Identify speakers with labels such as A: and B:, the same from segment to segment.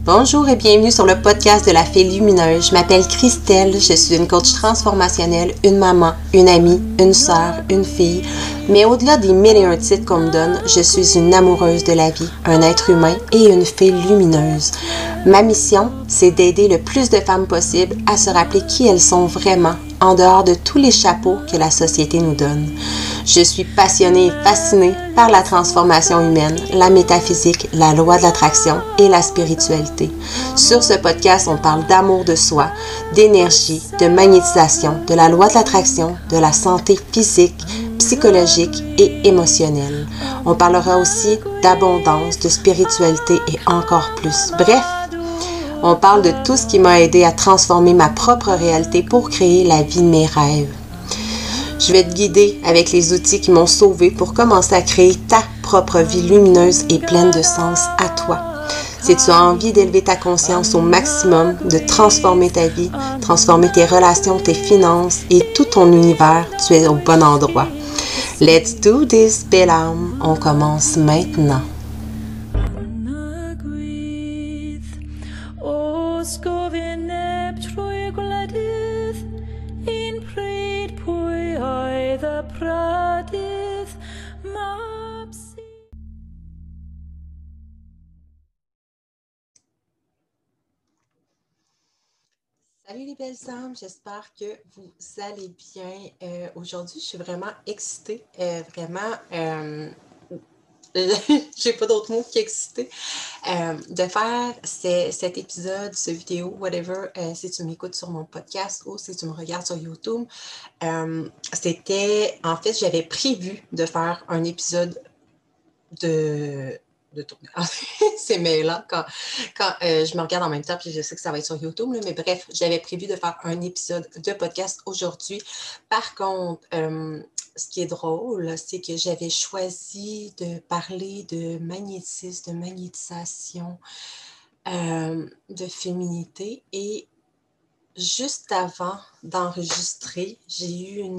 A: Bonjour et bienvenue sur le podcast de la Fée Lumineuse. Je m'appelle Christelle, je suis une coach transformationnelle, une maman, une amie, une sœur, une fille. Mais au-delà des 1001 titres qu'on me donne, je suis une amoureuse de la vie, un être humain et une fée lumineuse. Ma mission, c'est d'aider le plus de femmes possible à se rappeler qui elles sont vraiment, en dehors de tous les chapeaux que la société nous donne. Je suis passionnée et fascinée par la transformation humaine, la métaphysique, la loi de l'attraction et la spiritualité. Sur ce podcast, on parle d'amour de soi, d'énergie, de magnétisation, de la loi de l'attraction, de la santé physique, psychologique et émotionnelle. On parlera aussi d'abondance, de spiritualité et encore plus. Bref, on parle de tout ce qui m'a aidé à transformer ma propre réalité pour créer la vie de mes rêves. Je vais te guider avec les outils qui m'ont sauvée pour commencer à créer ta propre vie lumineuse et pleine de sens à toi. Si tu as envie d'élever ta conscience au maximum, de transformer ta vie, transformer tes relations, tes finances et tout ton univers, tu es au bon endroit. Let's do this, belle âme. On commence maintenant. Salut les belles âmes, j'espère que vous allez bien. Aujourd'hui, je suis vraiment excitée, j'ai pas d'autre mot qu'excitée, de faire cet épisode, ce vidéo, whatever, si tu m'écoutes sur mon podcast ou si tu me regardes sur YouTube. En fait, j'avais prévu de faire un épisode de tourner. C'est mêlant quand je me regarde en même temps, puis je sais que ça va être sur YouTube, là, mais bref, j'avais prévu de faire un épisode de podcast aujourd'hui. Par contre, ce qui est drôle, c'est que j'avais choisi de parler de magnétisme, de magnétisation, de féminité, et juste avant d'enregistrer, j'ai eu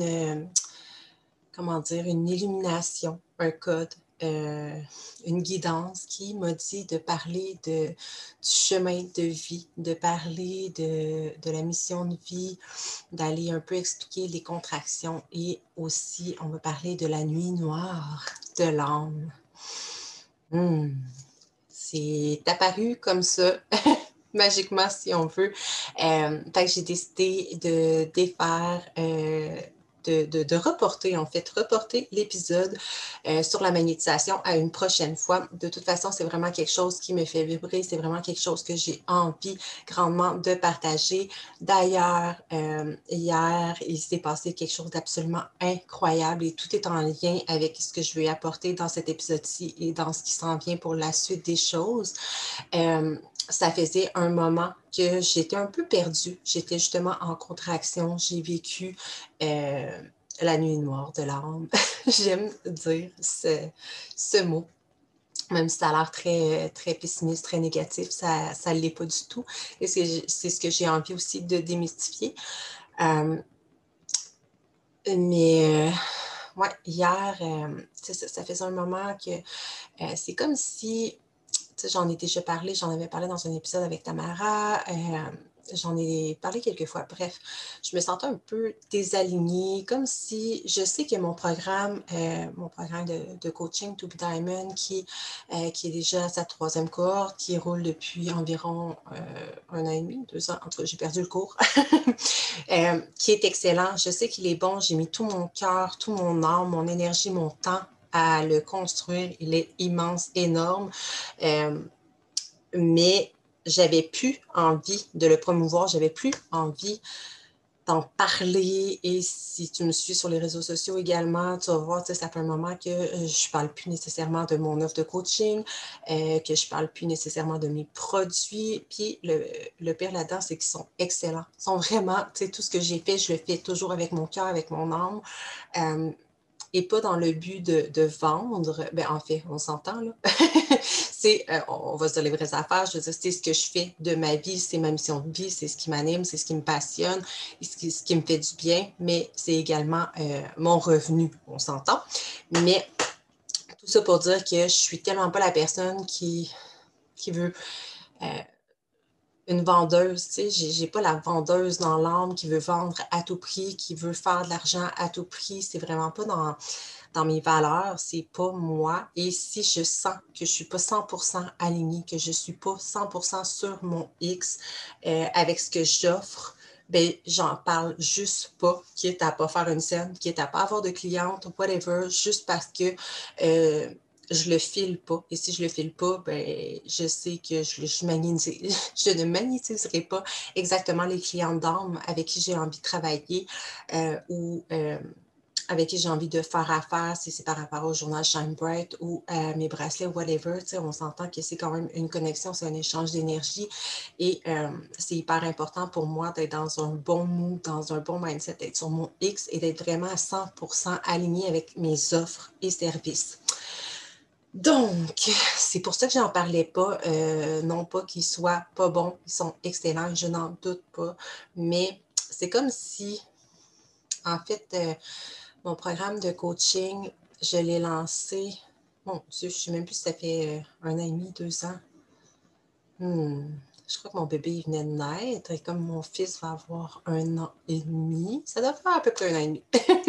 A: une illumination, un code, une guidance qui m'a dit de parler du chemin de vie, de parler de la mission de vie, d'aller un peu expliquer les contractions et aussi on va parler de la nuit noire de l'âme. C'est apparu comme ça, magiquement si on veut. Fait que j'ai décidé de défaire, de reporter l'épisode sur la magnétisation à une prochaine fois. De toute façon, c'est vraiment quelque chose qui me fait vibrer, c'est vraiment quelque chose que j'ai envie grandement de partager. D'ailleurs, hier, il s'est passé quelque chose d'absolument incroyable et tout est en lien avec ce que je veux apporter dans cet épisode-ci et dans ce qui s'en vient pour la suite des choses. Ça faisait un moment que j'étais un peu perdue. J'étais justement en contraction. J'ai vécu la nuit noire de l'âme. J'aime dire ce mot. Même si ça a l'air très, très pessimiste, très négatif, ça ne l'est pas du tout. Et c'est ce que j'ai envie aussi de démystifier. Ouais, hier, ça faisait un moment que c'est comme si... J'en ai déjà parlé, j'en avais parlé dans un épisode avec Tamara, j'en ai parlé quelques fois. Bref, je me sentais un peu désalignée, comme si je sais que mon programme de coaching To Be Diamond, qui est déjà à sa 3e cohorte, qui roule depuis environ 1 an et demi, 2 ans, en tout cas, j'ai perdu le cours, qui est excellent. Je sais qu'il est bon, j'ai mis tout mon cœur, tout mon âme, mon énergie, mon temps à le construire. Il est immense, énorme. Mais j'avais plus envie de le promouvoir, j'avais plus envie d'en parler. Et si tu me suis sur les réseaux sociaux également, tu vas voir, ça fait un moment que je ne parle plus nécessairement de mon offre de coaching, que je ne parle plus nécessairement de mes produits. Puis le pire là-dedans, c'est qu'ils sont excellents. Ils sont vraiment, tout ce que j'ai fait, je le fais toujours avec mon cœur, avec mon âme. Et pas dans le but de vendre. En fait, on s'entend, là. On va se dire les vraies affaires. Je veux dire, c'est ce que je fais de ma vie, c'est ma mission de vie, c'est ce qui m'anime, c'est ce qui me passionne, ce qui me fait du bien, mais c'est également mon revenu, on s'entend. Mais tout ça pour dire que je suis tellement pas la personne qui veut une vendeuse, tu sais, j'ai pas la vendeuse dans l'âme qui veut vendre à tout prix, qui veut faire de l'argent à tout prix. C'est vraiment pas dans mes valeurs, c'est pas moi. Et si je sens que je suis pas 100% alignée, que je suis pas 100% sur mon X avec ce que j'offre, ben j'en parle juste pas, quitte à pas faire une scène, quitte à pas avoir de cliente, whatever, juste parce que je le file pas. Et si je le file pas, ben je sais que je ne magnétiserai pas exactement les clients d'âme avec qui j'ai envie de travailler ou avec qui j'ai envie de faire affaire, si c'est par rapport au journal Shine Bright ou à mes bracelets, whatever, tu sais, on s'entend que c'est quand même une connexion, c'est un échange d'énergie et c'est hyper important pour moi d'être dans un bon mood, dans un bon mindset, d'être sur mon X et d'être vraiment à 100% aligné avec mes offres et services. Donc, c'est pour ça que j'en parlais pas. Non pas qu'ils soient pas bons, ils sont excellents, je n'en doute pas. Mais c'est comme si, en fait, mon programme de coaching, je l'ai lancé. Bon, je ne sais même plus si ça fait 1 an et demi, 2 ans. Je crois que mon bébé venait de naître et comme mon fils va avoir 1 an et demi, ça doit faire à peu près 1 an et demi.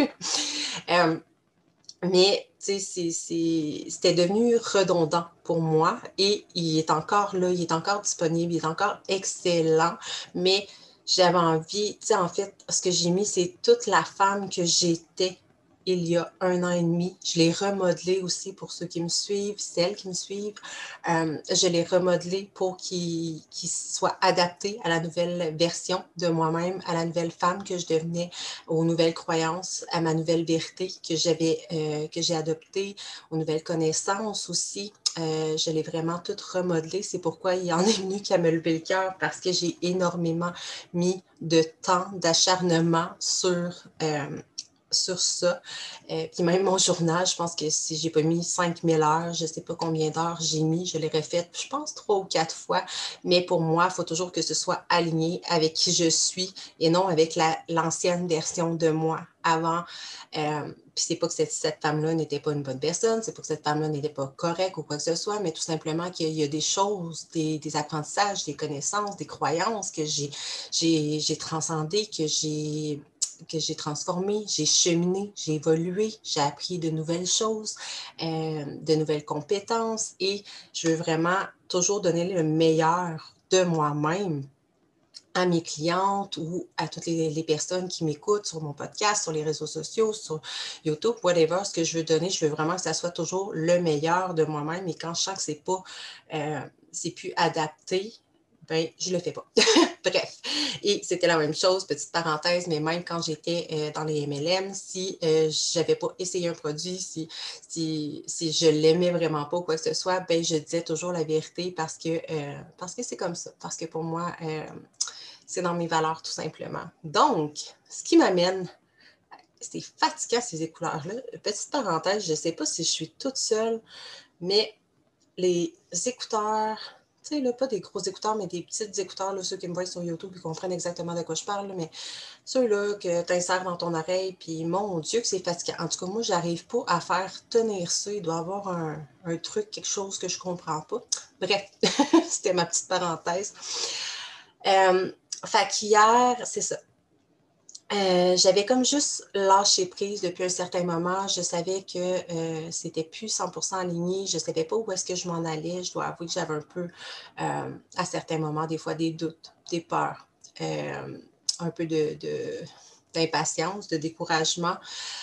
A: Mais, tu sais, c'était devenu redondant pour moi et il est encore là, il est encore disponible, il est encore excellent, mais j'avais envie, tu sais, en fait, ce que j'ai mis, c'est toute la femme que j'étais il y a 1 an et demi. Je l'ai remodelé aussi pour ceux qui me suivent, celles qui me suivent. Je l'ai remodelé pour qu'il soit adapté à la nouvelle version de moi-même, à la nouvelle femme que je devenais, aux nouvelles croyances, à ma nouvelle vérité que j'ai adoptée, aux nouvelles connaissances aussi. Je l'ai vraiment tout remodelé. C'est pourquoi il en est venu qu'à me lever le cœur parce que j'ai énormément mis de temps, d'acharnement sur ça. Puis même mon journal, je pense que si j'ai pas mis 5000 heures, je sais pas combien d'heures j'ai mis, je l'ai refait, je pense 3 ou 4 fois. Mais pour moi, il faut toujours que ce soit aligné avec qui je suis et non avec l'ancienne version de moi avant. Puis c'est pas que cette femme-là n'était pas une bonne personne, c'est pas que cette femme-là n'était pas correcte ou quoi que ce soit, mais tout simplement qu'il y a des choses, des apprentissages, des connaissances, des croyances que j'ai transcendées, que j'ai transformé, j'ai cheminé, j'ai évolué, j'ai appris de nouvelles choses, de nouvelles compétences et je veux vraiment toujours donner le meilleur de moi-même à mes clientes ou à toutes les personnes qui m'écoutent sur mon podcast, sur les réseaux sociaux, sur YouTube, whatever, ce que je veux donner, je veux vraiment que ça soit toujours le meilleur de moi-même et quand je sens que c'est plus adapté, ben, je le fais pas. Bref. Et c'était la même chose, petite parenthèse, mais même quand j'étais dans les MLM, si j'avais pas essayé un produit, si je l'aimais vraiment pas ou quoi que ce soit, ben, je disais toujours la vérité parce que c'est comme ça. Parce que pour moi, c'est dans mes valeurs tout simplement. Donc, ce qui m'amène, c'est fatigant ces écouteurs-là. Petite parenthèse, je sais pas si je suis toute seule, mais les écouteurs, tu sais, là, pas des gros écouteurs, mais des petits écouteurs, là, ceux qui me voient sur YouTube, ils comprennent exactement de quoi je parle, là, mais ceux-là que tu insères dans ton oreille, puis mon Dieu que c'est fatigant. En tout cas, moi, j'arrive pas à faire tenir ça. Il doit y avoir un truc, quelque chose que je comprends pas. Bref, c'était ma petite parenthèse. Fait qu'hier, c'est ça. J'avais comme juste lâché prise depuis un certain moment. Je savais que c'était plus 100% aligné. Je ne savais pas où est-ce que je m'en allais. Je dois avouer que j'avais un peu, à certains moments, des fois, des doutes, des peurs, un peu d'impatience, de découragement.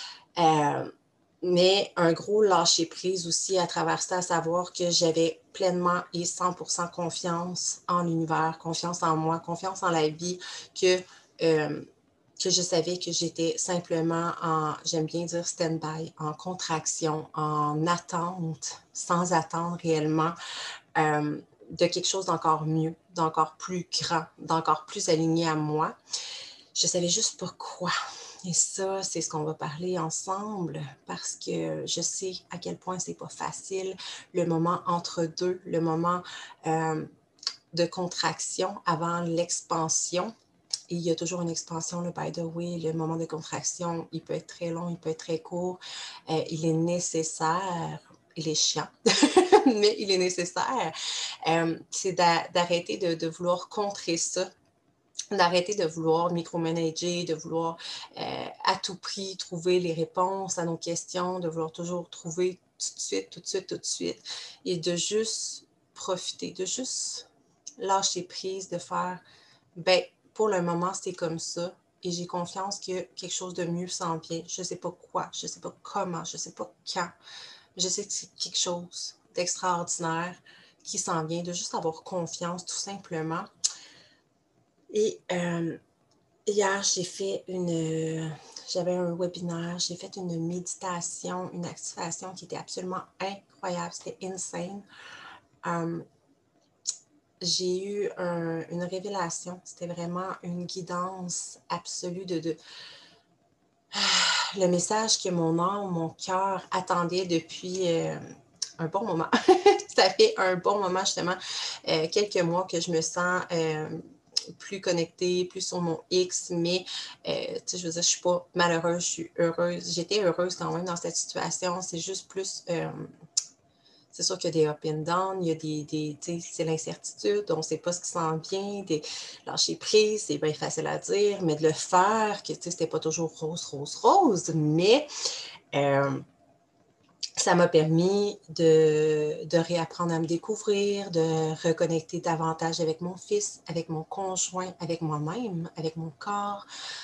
A: Mais un gros lâcher prise aussi à travers ça, à savoir que j'avais pleinement et 100% confiance en l'univers, confiance en moi, confiance en la vie, que je savais que j'étais simplement j'aime bien dire stand-by, en contraction, en attente, sans attendre réellement de quelque chose d'encore mieux, d'encore plus grand, d'encore plus aligné à moi. Je savais juste pas quoi. Et ça, c'est ce qu'on va parler ensemble parce que je sais à quel point c'est pas facile, le moment entre deux, le moment de contraction avant l'expansion. Et il y a toujours une expansion, là, by the way. Le moment de contraction, il peut être très long, il peut être très court. Il est nécessaire, il est chiant, mais il est nécessaire. C'est d'arrêter de vouloir contrer ça, d'arrêter de vouloir micromanager, de vouloir à tout prix trouver les réponses à nos questions, de vouloir toujours trouver tout de suite, tout de suite, tout de suite, et de juste profiter, de juste lâcher prise, de faire, ben, pour le moment, c'est comme ça, et j'ai confiance que quelque chose de mieux s'en vient. Je ne sais pas quoi, je ne sais pas comment, je ne sais pas quand, mais je sais que c'est quelque chose d'extraordinaire qui s'en vient, de juste avoir confiance, tout simplement. Et hier, j'avais un webinaire, j'ai fait une méditation, une activation qui était absolument incroyable, c'était insane. J'ai eu une révélation, c'était vraiment une guidance absolue le message que mon âme, mon cœur attendait depuis un bon moment. Ça fait un bon moment, justement, quelques mois que je me sens plus connectée, plus sur mon X, mais je veux dire, je suis pas malheureuse, je suis heureuse. J'étais heureuse quand même dans cette situation. C'est juste plus, c'est sûr qu'il y a des up and down, il y a c'est l'incertitude, on ne sait pas ce qui s'en vient, des lâcher prise, c'est bien facile à dire, mais de le faire, que c'était pas toujours rose, rose, rose, mais ça m'a permis de réapprendre à me découvrir, de reconnecter davantage avec mon fils, avec mon conjoint, avec moi-même, avec mon corps,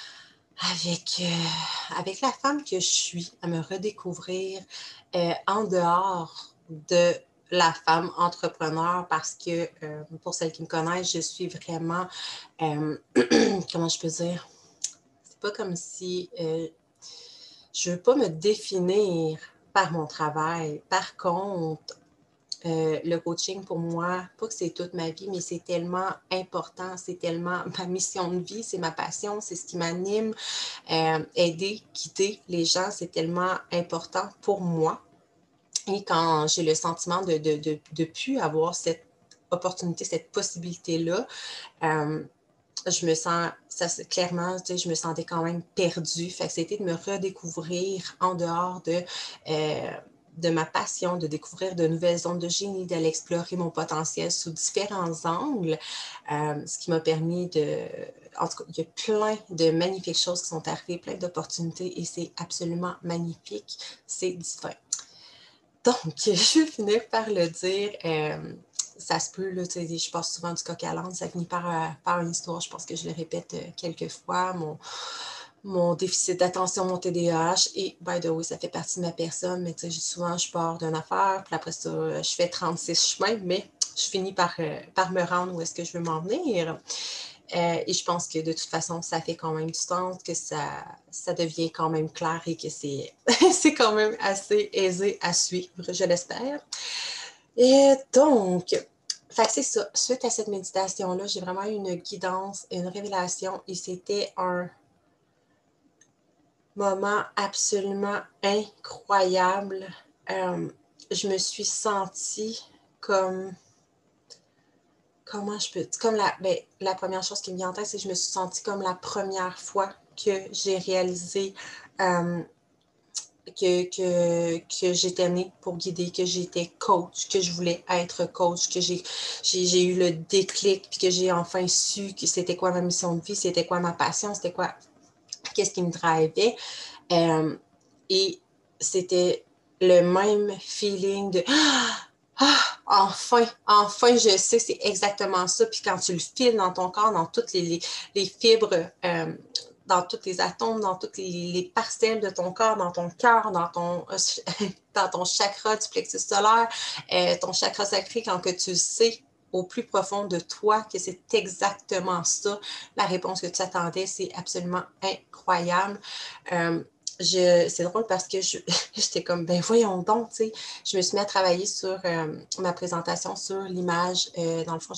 A: avec la femme que je suis, à me redécouvrir en dehors de la femme entrepreneur parce que, pour celles qui me connaissent, je suis vraiment, comment je peux dire, c'est pas comme si je veux pas me définir par mon travail. Par contre, le coaching pour moi, pas que c'est toute ma vie, mais c'est tellement important, c'est tellement ma mission de vie, c'est ma passion, c'est ce qui m'anime. Aider, guider les gens, c'est tellement important pour moi. Et quand j'ai le sentiment de plus avoir cette opportunité, cette possibilité-là, je me sens, clairement, je me sentais quand même perdue. Fait que c'était de me redécouvrir en dehors de ma passion, de découvrir de nouvelles zones de génie, d'aller explorer mon potentiel sous différents angles, ce qui m'a permis en tout cas, il y a plein de magnifiques choses qui sont arrivées, plein d'opportunités et c'est absolument magnifique, c'est divin. Donc, je vais finir par le dire, ça se peut, là, je passe souvent du coq à l'âne, ça finit par une histoire, je pense que je le répète quelques fois, mon déficit d'attention, mon TDAH, et by the way, ça fait partie de ma personne, mais souvent, je pars d'une affaire, puis après ça, je fais 36 chemins, mais je finis par me rendre où est-ce que je veux m'en venir. Et je pense que de toute façon, ça fait quand même du sens, que ça devient quand même clair et que c'est quand même assez aisé à suivre, je l'espère. Et donc, fait que c'est ça. Suite à cette méditation-là, j'ai vraiment eu une guidance, une révélation et c'était un moment absolument incroyable. Je me suis sentie comme... Comment je peux... Comme la première chose qui me vient en tête, c'est que je me suis sentie comme la première fois que j'ai réalisé que j'étais née pour guider, que j'étais coach, que je voulais être coach, que j'ai eu le déclic, puis que j'ai enfin su que c'était quoi ma mission de vie, c'était quoi ma passion, c'était quoi, qu'est-ce qui me drivait. Et c'était le même feeling de enfin, je sais, c'est exactement ça. Puis quand tu le files dans ton corps, dans toutes les fibres, dans tous les atomes, dans toutes les parcelles de ton corps, dans ton cœur, dans ton chakra du plexus solaire, ton chakra sacré, quand que tu sais au plus profond de toi que c'est exactement ça, la réponse que tu attendais, c'est absolument incroyable. C'est drôle parce que j'étais comme, ben voyons donc, tu sais, je me suis mis à travailler sur ma présentation sur l'image. Dans le fond,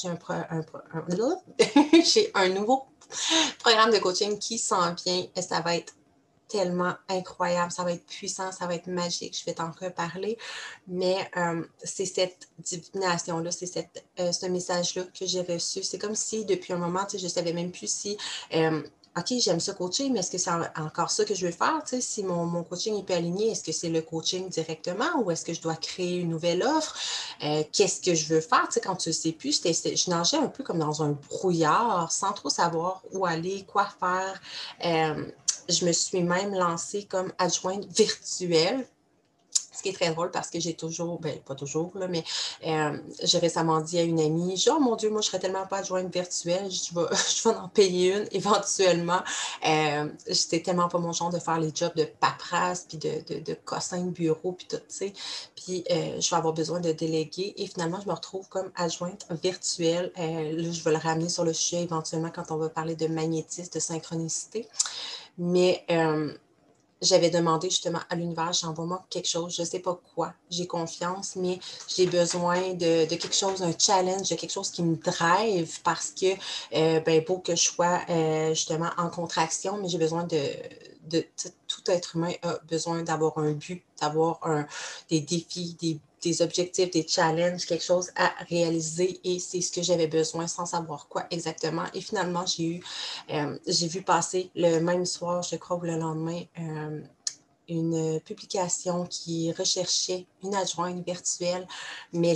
A: j'ai un nouveau programme de coaching qui s'en vient et ça va être tellement incroyable, ça va être puissant, ça va être magique, je vais t'en reparler, mais c'est cette divination-là, c'est ce message-là que j'ai reçu. C'est comme si depuis un moment, je ne savais même plus si OK, j'aime ça coacher, mais est-ce que c'est encore ça que je veux faire? Tu sais, si mon coaching est pas aligné, est-ce que c'est le coaching directement ou est-ce que je dois créer une nouvelle offre? Qu'est-ce que je veux faire? Tu sais, quand tu ne sais plus, je nageais un peu comme dans un brouillard sans trop savoir où aller, quoi faire. Je me suis même lancée comme adjointe virtuelle. Ce qui est très drôle parce que j'ai toujours, ben pas toujours, là, mais j'ai récemment dit à une amie, genre, oh, mon Dieu, moi, je serais tellement pas adjointe virtuelle, je vais en payer une éventuellement. C'était tellement pas mon genre de faire les jobs de paperasse, puis de cossin de bureau, puis tout, tu sais. Puis je vais avoir besoin de déléguer et finalement, je me retrouve comme adjointe virtuelle. Là, je vais le ramener sur le sujet éventuellement quand on va parler de magnétisme, de synchronicité. Mais j'avais demandé justement à l'univers, j'envoie-moi quelque chose, je ne sais pas quoi, j'ai confiance, mais j'ai besoin de quelque chose, un challenge, de quelque chose qui me drive parce que, ben, beau que je sois justement en contraction, mais j'ai besoin tout être humain a besoin d'avoir un but, d'avoir des défis, des objectifs, des challenges, quelque chose à réaliser et c'est ce que j'avais besoin sans savoir quoi exactement. Et finalement, j'ai vu passer le même soir, je crois, ou le lendemain, une publication qui recherchait une adjointe virtuelle, mais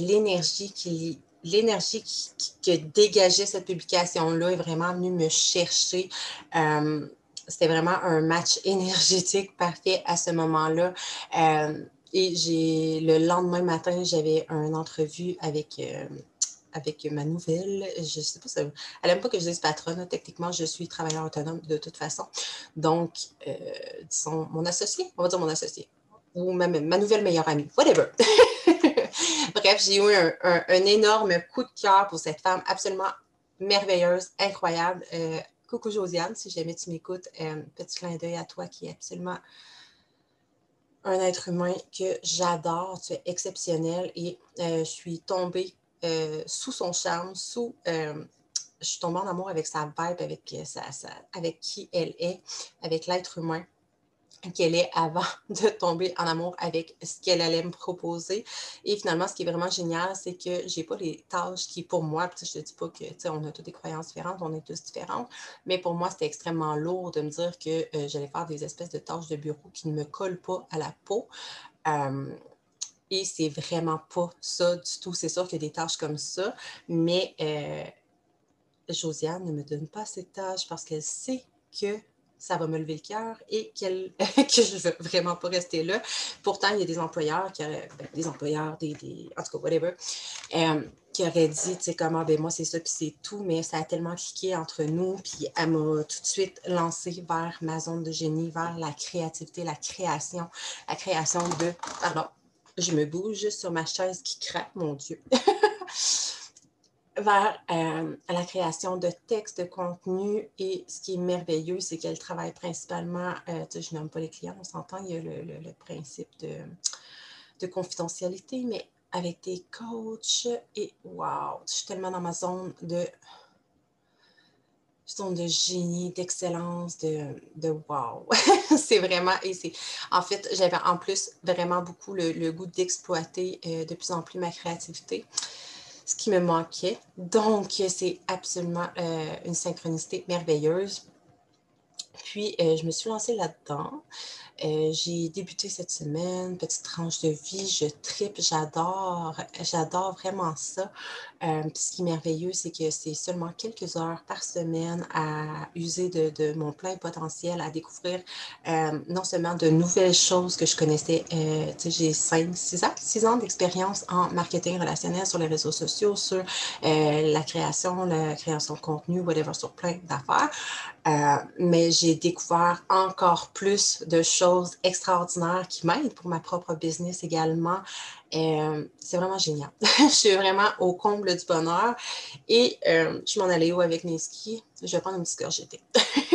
A: l'énergie que dégageait cette publication-là est vraiment venue me chercher. C'était vraiment un match énergétique parfait à ce moment-là. Et le lendemain matin, j'avais une entrevue avec ma nouvelle, je ne sais pas, elle n'aime pas que je dise patronne, techniquement, je suis travailleur autonome de toute façon. Donc, disons, mon associé, on va dire mon associé, ou ma nouvelle meilleure amie, whatever. Bref, j'ai eu un énorme coup de cœur pour cette femme absolument merveilleuse, incroyable. Coucou Josiane, si jamais tu m'écoutes, petit clin d'œil à toi qui est absolument un être humain que j'adore, tu es exceptionnel et je suis tombée sous son charme, je suis tombée en amour avec sa vibe, avec qui elle est, avec l'être humain qu'elle est avant de tomber en amour avec ce qu'elle allait me proposer. Et finalement, ce qui est vraiment génial, c'est que j'ai pas les tâches qui, pour moi, je te dis pas que, on a toutes des croyances différentes, on est tous différents, mais pour moi, c'était extrêmement lourd de me dire que j'allais faire des espèces de tâches de bureau qui ne me collent pas à la peau. Et c'est vraiment pas ça du tout. C'est sûr qu'il y a des tâches comme ça, mais Josiane ne me donne pas ces tâches parce qu'elle sait que ça va me lever le cœur et que je ne veux vraiment pas rester là. Pourtant, il y a des employeurs en tout cas, whatever, qui auraient dit, tu sais, comment, ben moi, c'est ça, puis c'est tout, mais ça a tellement cliqué entre nous, puis elle m'a tout de suite lancée vers ma zone de génie, vers la créativité, la création de, pardon, je me bouge sur ma chaise qui craque, mon Dieu. Vers la création de textes, de contenu. Et ce qui est merveilleux, c'est qu'elle travaille principalement, je nomme pas les clients, on s'entend, il y a le principe de confidentialité, mais avec des coachs. Et wow, je suis tellement dans ma zone de génie, d'excellence, de wow. C'est vraiment, en fait, j'avais en plus vraiment beaucoup le goût d'exploiter de plus en plus ma créativité, ce qui me manquait. Donc, c'est absolument une synchronicité merveilleuse. Puis, je me suis lancée là-dedans. J'ai débuté cette semaine, petite tranche de vie, je tripe, j'adore vraiment ça. Puis ce qui est merveilleux, c'est que c'est seulement quelques heures par semaine à user de mon plein potentiel, à découvrir non seulement de nouvelles choses que je connaissais, j'ai 6 ans d'expérience en marketing relationnel sur les réseaux sociaux, sur la création de contenu, whatever, sur plein d'affaires. Mais j'ai découvert encore plus de choses extraordinaires qui m'aident pour ma propre business également. C'est vraiment génial. Je suis vraiment au comble du bonheur. Et je m'en allais où avec mes skis? Je vais prendre une petite gorgée de thé.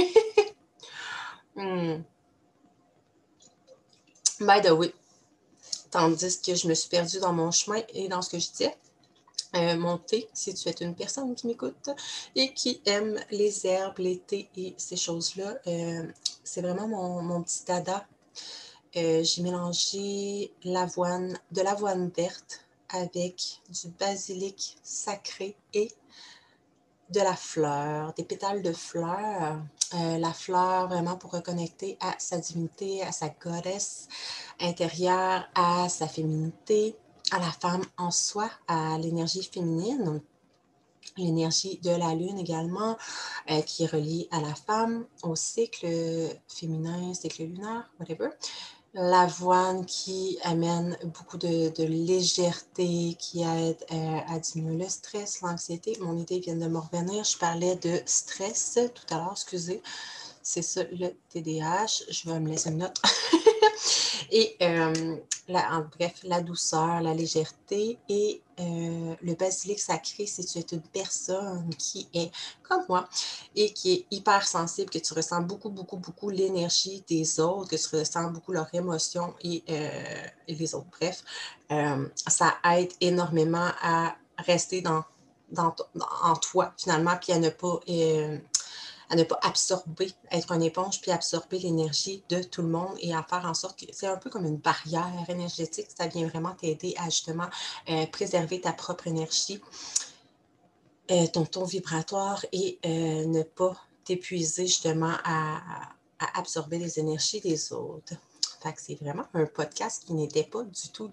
A: By the way, tandis que je me suis perdue dans mon chemin et dans ce que je disais, mon thé, si tu es une personne qui m'écoute et qui aime les herbes, les thés et ces choses-là, c'est vraiment mon petit dada. J'ai mélangé de l'avoine verte avec du basilic sacré et de la fleur, des pétales de fleur. La fleur vraiment pour reconnecter à sa divinité, à sa goddess intérieure, à sa féminité, à la femme en soi, à l'énergie féminine. L'énergie de la lune également, qui est reliée à la femme, au cycle féminin, cycle lunaire, whatever. L'avoine qui amène beaucoup de légèreté, qui aide à diminuer le stress, l'anxiété. Mon idée vient de me revenir. Je parlais de stress tout à l'heure, excusez. C'est ça le TDAH. Je vais me laisser une note. Et bref, la douceur, la légèreté et le basilic sacré, si tu es une personne qui est comme moi et qui est hyper sensible, que tu ressens beaucoup, beaucoup, beaucoup l'énergie des autres, que tu ressens beaucoup leurs émotions et les autres. Bref, ça aide énormément à rester en toi, finalement, puis à ne pas absorber, être une éponge, puis absorber l'énergie de tout le monde et à faire en sorte que c'est un peu comme une barrière énergétique. Ça vient vraiment t'aider à justement préserver ta propre énergie, ton vibratoire et ne pas t'épuiser justement à absorber les énergies des autres. Fait que c'est vraiment un podcast qui n'était pas du tout,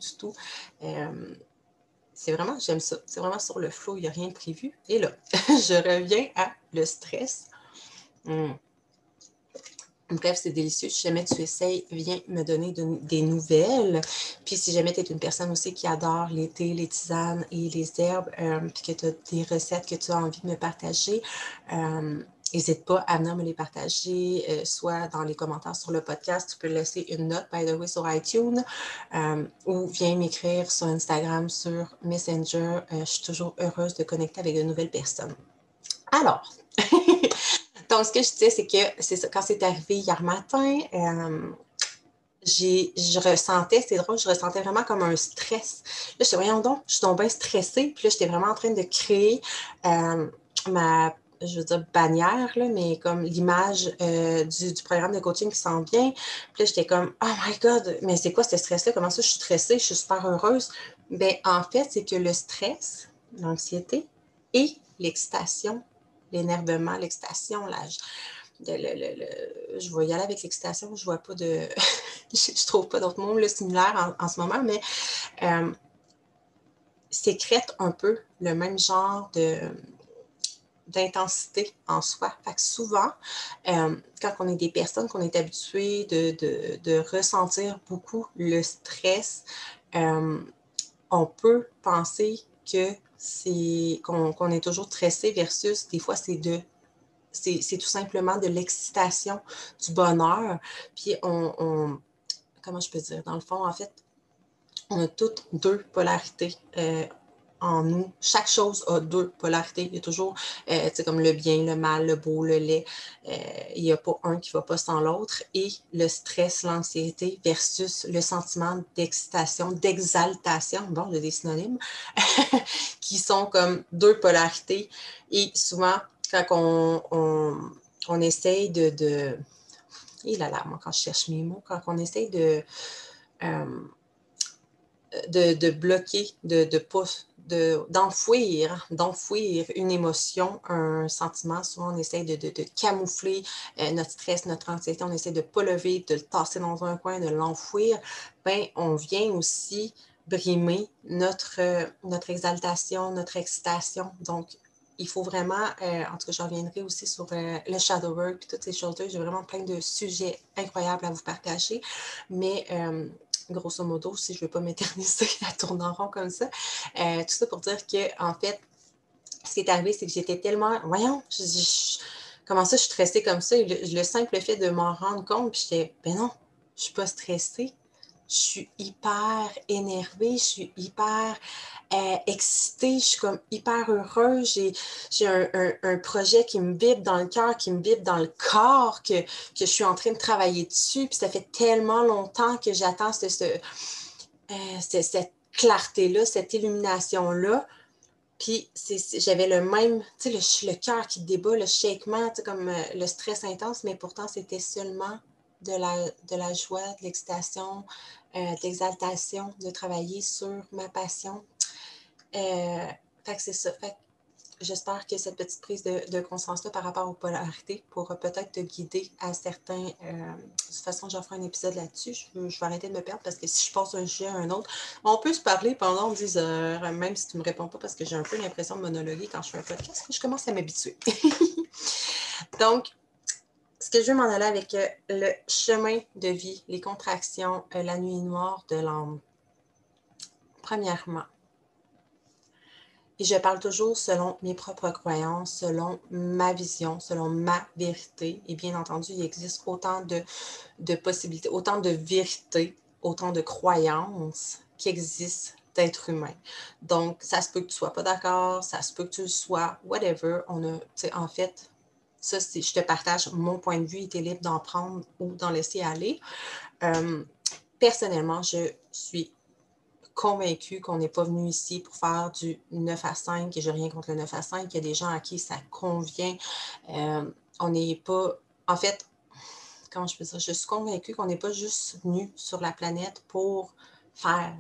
A: c'est vraiment, j'aime ça. C'est vraiment sur le flow, il n'y a rien de prévu. Et là, je reviens à le stress. Bref, c'est délicieux. Si jamais tu essayes, viens me donner des nouvelles. Puis si jamais tu es une personne aussi qui adore les thés, les tisanes et les herbes, puis que tu as des recettes que tu as envie de me partager, n'hésite pas à venir me les partager, soit dans les commentaires sur le podcast. Tu peux laisser une note, by the way, sur iTunes, ou viens m'écrire sur Instagram, sur Messenger. Je suis toujours heureuse de connecter avec de nouvelles personnes. Alors, donc, ce que je disais, c'est que c'est ça, quand c'est arrivé hier matin, je ressentais, c'est drôle, je ressentais vraiment comme un stress. Là, je disais, voyons donc, je suis donc bien stressée. Puis là, j'étais vraiment en train de créer ma, je veux dire, bannière, là, mais comme l'image du programme de coaching qui s'en vient. Puis là, j'étais comme, oh my God, mais c'est quoi ce stress-là? Comment ça, je suis stressée? Je suis super heureuse. Ben, en fait, c'est que le stress, l'anxiété et l'excitation, l'énervement, l'excitation, je vais y aller avec l'excitation, je vois pas de. Je trouve pas d'autres mots similaires en ce moment, mais sécrète un peu le même genre d'intensité en soi. Fait que souvent, quand on est des personnes qu'on est habitué de ressentir beaucoup le stress, on peut penser que qu'on est toujours stressé versus des fois c'est tout simplement de l'excitation, du bonheur. Puis comment je peux dire, dans le fond, en fait, on a toutes deux polarités en nous. Chaque chose a deux polarités. Il y a toujours, comme le bien, le mal, le beau, le laid. Il n'y a pas un qui ne va pas sans l'autre. Et le stress, l'anxiété versus le sentiment d'excitation, d'exaltation, bon, il y a des synonymes, qui sont comme deux polarités. Et souvent, quand on essaye et là là, moi, quand je cherche mes mots, quand on essaye de bloquer, d'enfouir une émotion, un sentiment. Souvent, on essaie de camoufler notre stress, notre anxiété. On essaie de ne pas lever, de le tasser dans un coin, de l'enfouir. Ben, on vient aussi brimer notre exaltation, notre excitation. Donc, il faut vraiment, en tout cas, je reviendrai aussi sur le shadow work et toutes ces choses-là. J'ai vraiment plein de sujets incroyables à vous partager. Mais grosso modo, si je ne veux pas m'éterniser à tourner en rond comme ça. Tout ça pour dire que, en fait, ce qui est arrivé, c'est que j'étais tellement. Voyons, comment ça, je suis stressée comme ça? Et le simple fait de m'en rendre compte, puis j'étais, ben non, je ne suis pas stressée. Je suis hyper énervée, je suis hyper excitée, je suis comme hyper heureuse. J'ai un projet qui me vibre dans le cœur, qui me vibre dans le corps, que je suis en train de travailler dessus. Puis ça fait tellement longtemps que j'attends cette clarté-là, cette illumination-là. Puis j'avais le même, tu sais, le cœur qui débat, le shakement, tu sais, comme le stress intense, mais pourtant c'était seulement de la joie, de l'excitation, de l'exaltation, de travailler sur ma passion. Fait que c'est ça. Fait que j'espère que cette petite prise de conscience-là par rapport aux polarités pourra peut-être te guider à certains... de toute façon, j'en ferai un épisode là-dessus. Je vais arrêter de me perdre parce que si je passe d'un sujet à un autre, on peut se parler pendant 10 heures, même si tu ne me réponds pas parce que j'ai un peu l'impression de monologuer quand je fais un podcast. Je commence à m'habituer. Donc, ce que je veux m'en aller avec le chemin de vie, les contractions, la nuit noire de l'âme. Premièrement, et je parle toujours selon mes propres croyances, selon ma vision, selon ma vérité. Et bien entendu, il existe autant de possibilités, autant de vérités, autant de croyances qui existent d'êtres humains. Donc, ça se peut que tu ne sois pas d'accord, ça se peut que tu le sois, whatever. En fait, ça, je te partage mon point de vue, et tu es libre d'en prendre ou d'en laisser aller. Personnellement, je suis convaincue qu'on n'est pas venu ici pour faire du 9 à 5 et je n'ai rien contre le 9 à 5. Il y a des gens à qui ça convient. On n'est pas... En fait, comment je peux dire? Je suis convaincue qu'on n'est pas juste venu sur la planète pour faire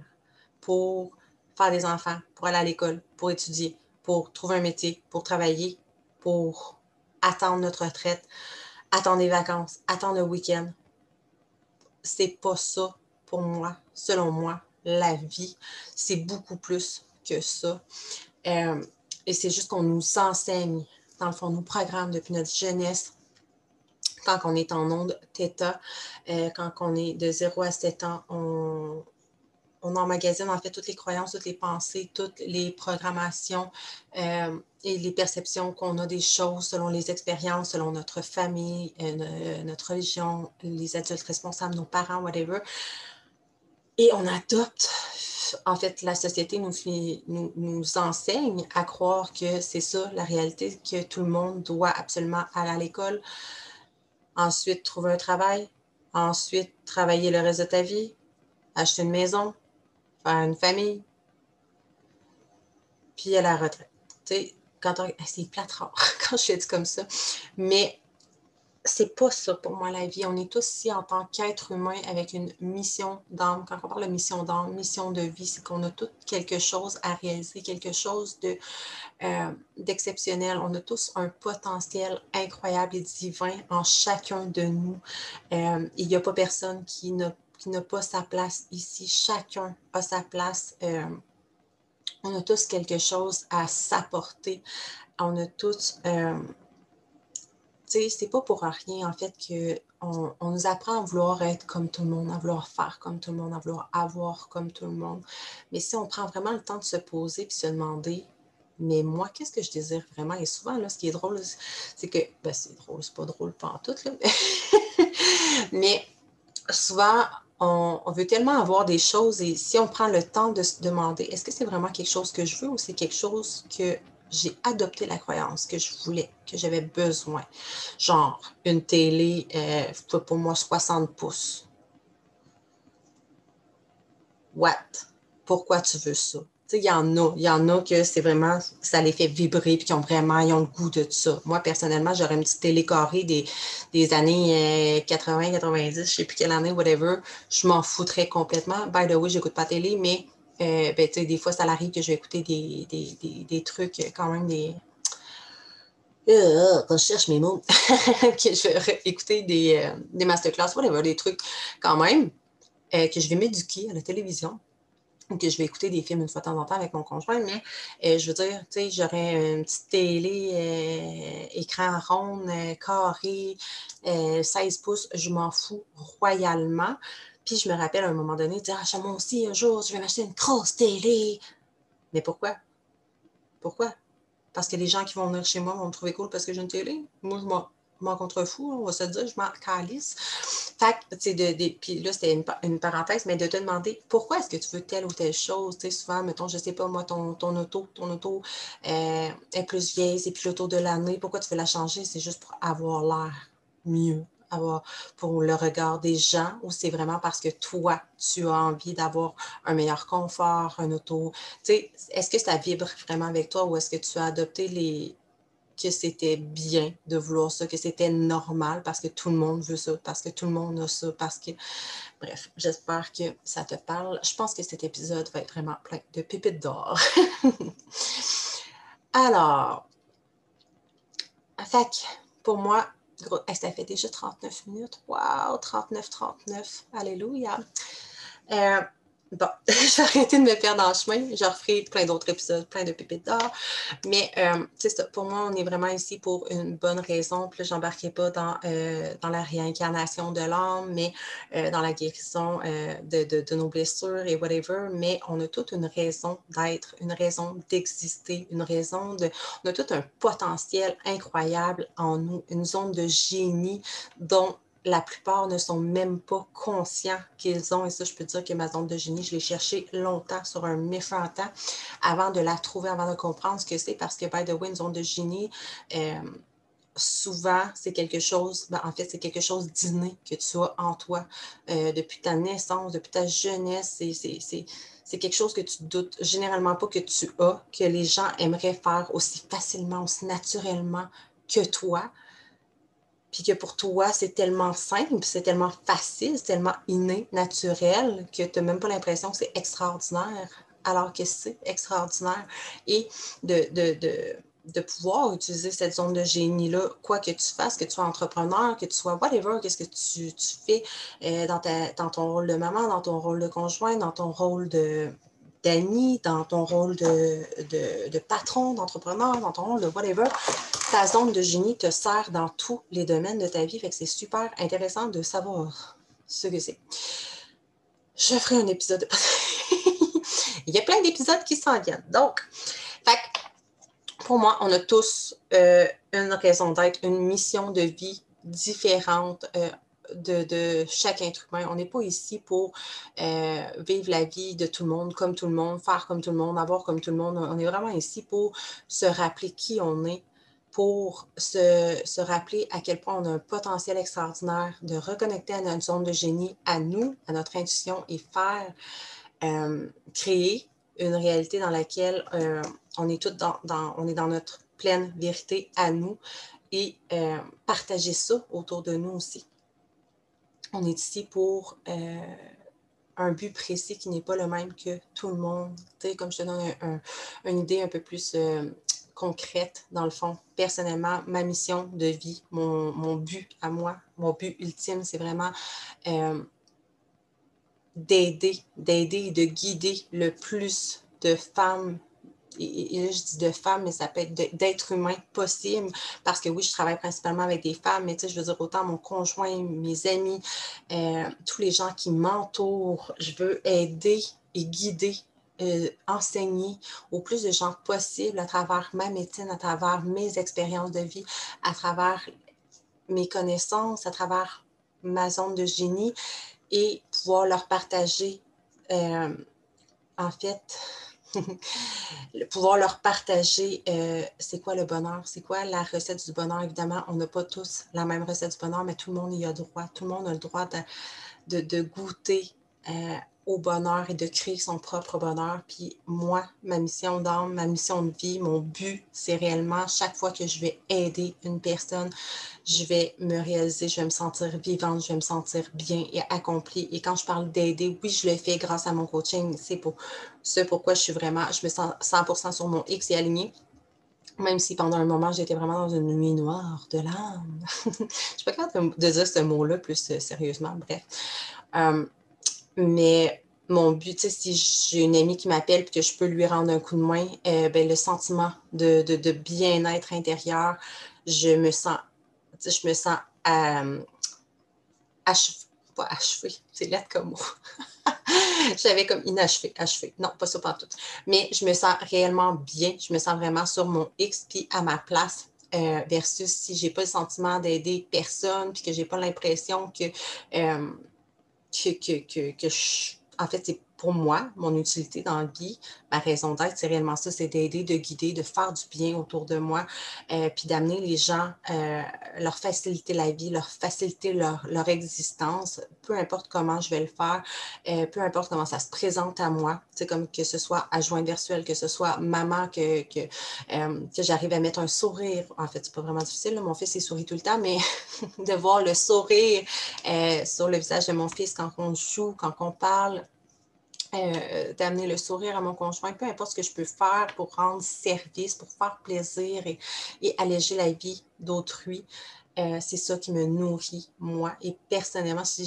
A: des enfants, pour aller à l'école, pour étudier, pour trouver un métier, pour travailler, pour attendre notre retraite, attendre les vacances, attendre le week-end. C'est pas ça pour moi, selon moi. La vie, c'est beaucoup plus que ça. Et c'est juste qu'on nous enseigne, dans le fond, on nous programme depuis notre jeunesse, quand on est en onde θ, quand on est de 0 à 7 ans, on emmagasine en fait toutes les croyances, toutes les pensées, toutes les programmations et les perceptions qu'on a des choses selon les expériences, selon notre famille, notre religion, les adultes responsables, nos parents, whatever. Et on adopte, en fait, la société nous enseigne à croire que c'est ça la réalité, que tout le monde doit absolument aller à l'école, ensuite trouver un travail, ensuite travailler le reste de ta vie, acheter une maison, faire une famille, puis à la retraite. Tu sais, c'est plate rare quand je fais dit comme ça, mais c'est pas ça pour moi la vie. On est tous ici en tant qu'être humain avec une mission d'âme. Quand on parle de mission d'âme, mission de vie, c'est qu'on a tout quelque chose à réaliser, quelque chose d'exceptionnel. On a tous un potentiel incroyable et divin en chacun de nous. Il n'y a pas personne qui n'a pas sa place ici. Chacun a sa place. On a tous quelque chose à s'apporter. On a tous... c'est pas pour rien, en fait, qu'on nous apprend à vouloir être comme tout le monde, à vouloir faire comme tout le monde, à vouloir avoir comme tout le monde. Mais si on prend vraiment le temps de se poser et se demander, mais moi, qu'est-ce que je désire vraiment? Et souvent, là, ce qui est drôle, c'est que, c'est drôle, c'est pas drôle pantoute, là, mais souvent, on veut tellement avoir des choses et si on prend le temps de se demander, est-ce que c'est vraiment quelque chose que je veux ou c'est quelque chose que j'ai adopté la croyance que je voulais, que j'avais besoin. Genre, une télé, pour moi, 60 pouces. What? Pourquoi tu veux ça? Tu sais, il y en a que c'est vraiment, ça les fait vibrer puis ils ont le goût de ça. Moi, personnellement, j'aurais une petite télé carrée des années 80, 90, je ne sais plus quelle année, whatever. Je m'en foutrais complètement. By the way, j'écoute pas télé, mais des fois, ça arrive que je vais écouter des trucs, quand même quand je cherche mes mots, que je vais écouter des masterclass, whatever, des trucs quand même, que je vais m'éduquer à la télévision, ou que je vais écouter des films une fois de temps en temps avec mon conjoint, mais je veux dire, tu sais, j'aurais une petite télé, écran rond, carré, 16 pouces, je m'en fous royalement. Puis je me rappelle à un moment donné, dire, moi aussi, un jour, je vais m'acheter une grosse télé. Mais pourquoi? Pourquoi? Parce que les gens qui vont venir chez moi vont me trouver cool parce que j'ai une télé. Moi, je m'en contrefous, on va se dire, je m'en calisse. Fait que, tu sais, puis là, c'était une parenthèse, mais de te demander pourquoi est-ce que tu veux telle ou telle chose. Tu sais, souvent, mettons, je sais pas, moi, ton auto est plus vieille, c'est plus l'auto de l'année. Pourquoi tu veux la changer? C'est juste pour avoir l'air mieux, pour le regard des gens, ou c'est vraiment parce que toi, tu as envie d'avoir un meilleur confort, un auto. Tu sais, est-ce que ça vibre vraiment avec toi ou est-ce que tu as adopté que c'était bien de vouloir ça, que c'était normal parce que tout le monde veut ça, parce que tout le monde a ça, parce que... Bref, j'espère que ça te parle. Je pense que cet épisode va être vraiment plein de pépites d'or. Alors, Fait que, pour moi, ça fait déjà 39 minutes. Wow, 39. Alléluia. Bon, je vais arrêter de me perdre en chemin. Je referai plein d'autres épisodes, plein de pépites d'or. Mais c'est ça, pour moi, on est vraiment ici pour une bonne raison. Puis là, je n'embarquerai pas dans la réincarnation de l'âme, mais dans la guérison de nos blessures et whatever. Mais on a toute une raison d'être, une raison d'exister, on a tout un potentiel incroyable en nous, une zone de génie dont la plupart ne sont même pas conscients qu'ils ont. Et ça, je peux dire que ma zone de génie, je l'ai cherchée longtemps, sur un méchant temps, avant de la trouver, avant de comprendre ce que c'est. Parce que, by the way, une zone de génie, souvent, c'est quelque chose, en fait, c'est quelque chose d'inné que tu as en toi depuis ta naissance, depuis ta jeunesse. C'est quelque chose que tu doutes généralement pas que tu as, que les gens aimeraient faire aussi facilement, aussi naturellement que toi. Puis que pour toi, c'est tellement simple, c'est tellement facile, c'est tellement inné, naturel, que tu n'as même pas l'impression que c'est extraordinaire, alors que c'est extraordinaire. Et de pouvoir utiliser cette zone de génie-là, quoi que tu fasses, que tu sois entrepreneur, que tu sois whatever, qu'est-ce que tu fais dans ton rôle de maman, dans ton rôle de conjoint, dans ton rôle d'ami, dans ton rôle de patron, d'entrepreneur, dans ton rôle de whatever, ta zone de génie te sert dans tous les domaines de ta vie. Fait que c'est super intéressant de savoir ce que c'est. Je ferai un épisode. Il y a plein d'épisodes qui s'en viennent. Donc, fait que pour moi, on a tous une raison d'être, une mission de vie différente de chaque être humain. On n'est pas ici pour vivre la vie de tout le monde, comme tout le monde, faire comme tout le monde, avoir comme tout le monde. On est vraiment ici pour se rappeler qui on est, pour se rappeler à quel point on a un potentiel extraordinaire, de reconnecter à notre zone de génie, à nous, à notre intuition et faire créer une réalité dans laquelle on est toutes on est dans notre pleine vérité à nous et partager ça autour de nous aussi. On est ici pour un but précis qui n'est pas le même que tout le monde. Tu sais, comme je te donne une idée un peu plus concrète, dans le fond. Personnellement, ma mission de vie, mon but à moi, mon but ultime, c'est vraiment d'aider et de guider le plus de femmes. Et là, je dis de femmes, mais ça peut être d'êtres humains possible, parce que oui, je travaille principalement avec des femmes, mais tu sais, je veux dire, autant mon conjoint, mes amis, tous les gens qui m'entourent, je veux aider et guider, enseigner au plus de gens possible à travers ma médecine, à travers mes expériences de vie, à travers mes connaissances, à travers ma zone de génie, et pouvoir leur partager, en fait, pouvoir leur partager c'est quoi le bonheur, c'est quoi la recette du bonheur. Évidemment, on n'a pas tous la même recette du bonheur, mais tout le monde y a droit. Tout le monde a le droit de goûter au bonheur et de créer son propre bonheur. Puis moi, ma mission d'âme, ma mission de vie, mon but, c'est réellement chaque fois que je vais aider une personne, je vais me réaliser, je vais me sentir vivante, je vais me sentir bien et accomplie. Et quand je parle d'aider, oui, je le fais grâce à mon coaching. C'est pour ce pourquoi je me sens 100% sur mon X et alignée. Même si pendant un moment, j'étais vraiment dans une nuit noire de l'âme. Je ne suis pas capable de dire ce mot-là plus sérieusement, bref. Mais mon but, si j'ai une amie qui m'appelle et que je peux lui rendre un coup de main, ben, le sentiment de bien-être intérieur, je me sens pas achevée, c'est lettre comme mot. J'avais comme achevé. Non, pas ça pas tout. Mais je me sens réellement bien. Je me sens vraiment sur mon X puis à ma place. Versus si j'ai pas le sentiment d'aider personne puis que j'ai pas l'impression que en fait, c'est pour moi, mon utilité dans la vie, ma raison d'être, c'est réellement ça, c'est d'aider, de guider, de faire du bien autour de moi, puis d'amener les gens, leur faciliter la vie, leur faciliter leur existence, peu importe comment je vais le faire, peu importe comment ça se présente à moi, c'est comme que ce soit adjoint virtuel, que ce soit maman, que j'arrive à mettre un sourire, en fait, c'est pas vraiment difficile, là, mon fils, il sourit tout le temps, mais de voir le sourire sur le visage de mon fils quand on joue, quand on parle, d'amener le sourire à mon conjoint, peu importe ce que je peux faire pour rendre service, pour faire plaisir et alléger la vie d'autrui, c'est ça qui me nourrit, moi. Et personnellement, si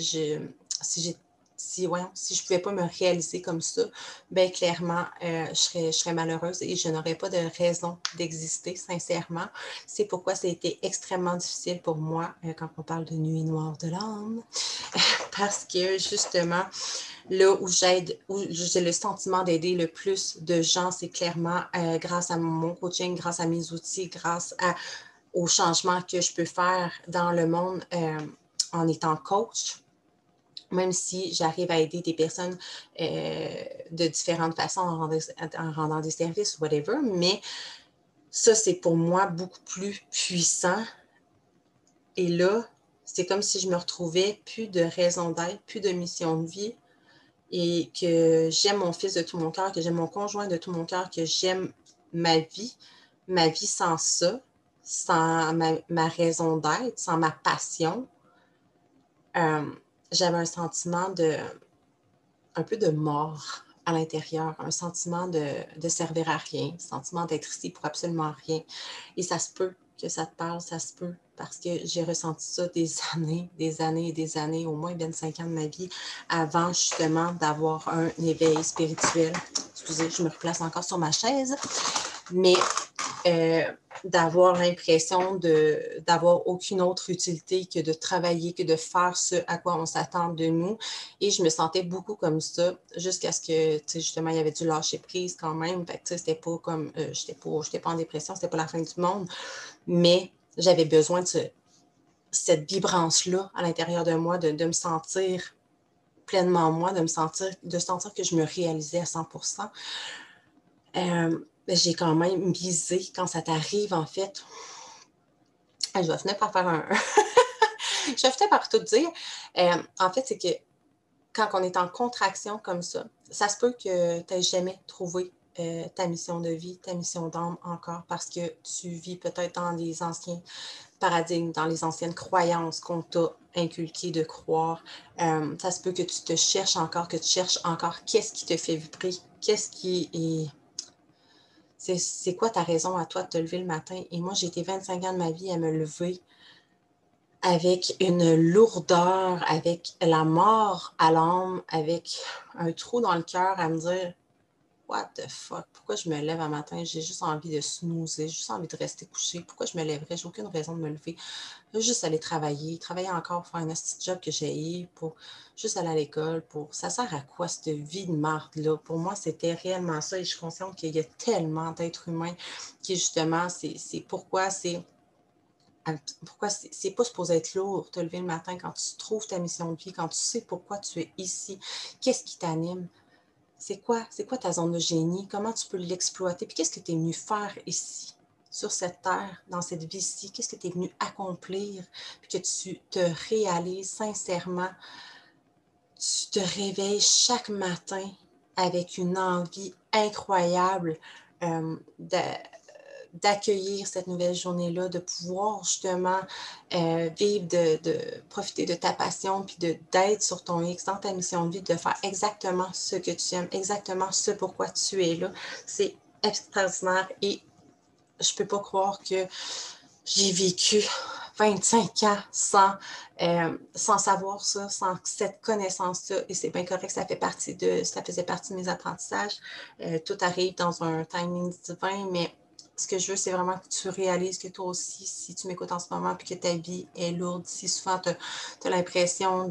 A: je pouvais pas me réaliser comme ça, bien clairement, je serais malheureuse et je n'aurais pas de raison d'exister, sincèrement. C'est pourquoi ça a été extrêmement difficile pour moi quand on parle de nuit noire de l'âme, parce que justement, là où j'ai le sentiment d'aider le plus de gens, c'est clairement grâce à mon coaching, grâce à mes outils, grâce aux changements que je peux faire dans le monde en étant coach. Même si j'arrive à aider des personnes de différentes façons en rendant des services ou whatever, mais ça, c'est pour moi beaucoup plus puissant. Et là, c'est comme si je me retrouvais plus de raison d'être, plus de mission de vie, et que j'aime mon fils de tout mon cœur, que j'aime mon conjoint de tout mon cœur, que j'aime ma vie sans ça, sans ma raison d'être, sans ma passion. J'avais un sentiment un peu de mort à l'intérieur, un sentiment de servir à rien, un sentiment d'être ici pour absolument rien. Et ça se peut que ça te parle, ça se peut, parce que j'ai ressenti ça des années et des années, au moins 25 ans de ma vie, avant justement d'avoir un éveil spirituel. Excusez, je me replace encore sur ma chaise, mais d'avoir l'impression d'avoir aucune autre utilité que de travailler, que de faire ce à quoi on s'attend de nous. Et je me sentais beaucoup comme ça jusqu'à ce que, tu sais, justement, il y avait du lâcher prise quand même. Fait que, tu sais, c'était pas comme, j'étais pas en dépression, c'était pas la fin du monde, mais j'avais besoin de cette vibrance-là à l'intérieur de moi, de me sentir pleinement moi, de sentir que je me réalisais à 100%. J'ai quand même visé quand ça t'arrive, en fait. Je vais finir par faire un. Je vais finir par tout dire. En fait, c'est que quand on est en contraction comme ça se peut que tu n'aies jamais trouvé ta mission de vie, ta mission d'âme encore, parce que tu vis peut-être dans les anciens paradigmes, dans les anciennes croyances qu'on t'a inculqué de croire. Ça se peut que tu te cherches encore, que tu cherches encore qu'est-ce qui te fait vibrer, qu'est-ce qui est. C'est quoi ta raison à toi de te lever le matin? Et moi, j'ai été 25 ans de ma vie à me lever avec une lourdeur, avec la mort à l'âme, avec un trou dans le cœur à me dire « What the fuck? Pourquoi je me lève un matin? J'ai juste envie de snoozer, j'ai juste envie de rester couché. Pourquoi je me lèverais? J'ai aucune raison de me lever. Je veux juste aller travailler encore pour faire un petit job que j'ai pour juste aller à l'école. Ça sert à quoi cette vie de marde-là? Pour moi, c'était réellement ça et je suis consciente qu'il y a tellement d'êtres humains qui, justement, c'est pourquoi c'est pas supposé être lourd, te lever le matin quand tu trouves ta mission de vie, quand tu sais pourquoi tu es ici, qu'est-ce qui t'anime, c'est quoi ta zone de génie, comment tu peux l'exploiter, puis qu'est-ce que tu es venu faire ici, sur cette terre, dans cette vie-ci, qu'est-ce que tu es venu accomplir, puis que tu te réalises sincèrement, tu te réveilles chaque matin avec une envie incroyable d'accueillir cette nouvelle journée-là, de pouvoir justement vivre, profiter de ta passion, puis d'être sur ton X, dans ta mission de vie, de faire exactement ce que tu aimes, exactement ce pourquoi tu es là. C'est extraordinaire et je peux pas croire que j'ai vécu 25 ans sans savoir ça, sans cette connaissance-là. Et c'est bien correct, ça faisait partie de mes apprentissages. Tout arrive dans un timing divin, mais ce que je veux, c'est vraiment que tu réalises que toi aussi, si tu m'écoutes en ce moment puis que ta vie est lourde, si souvent tu as l'impression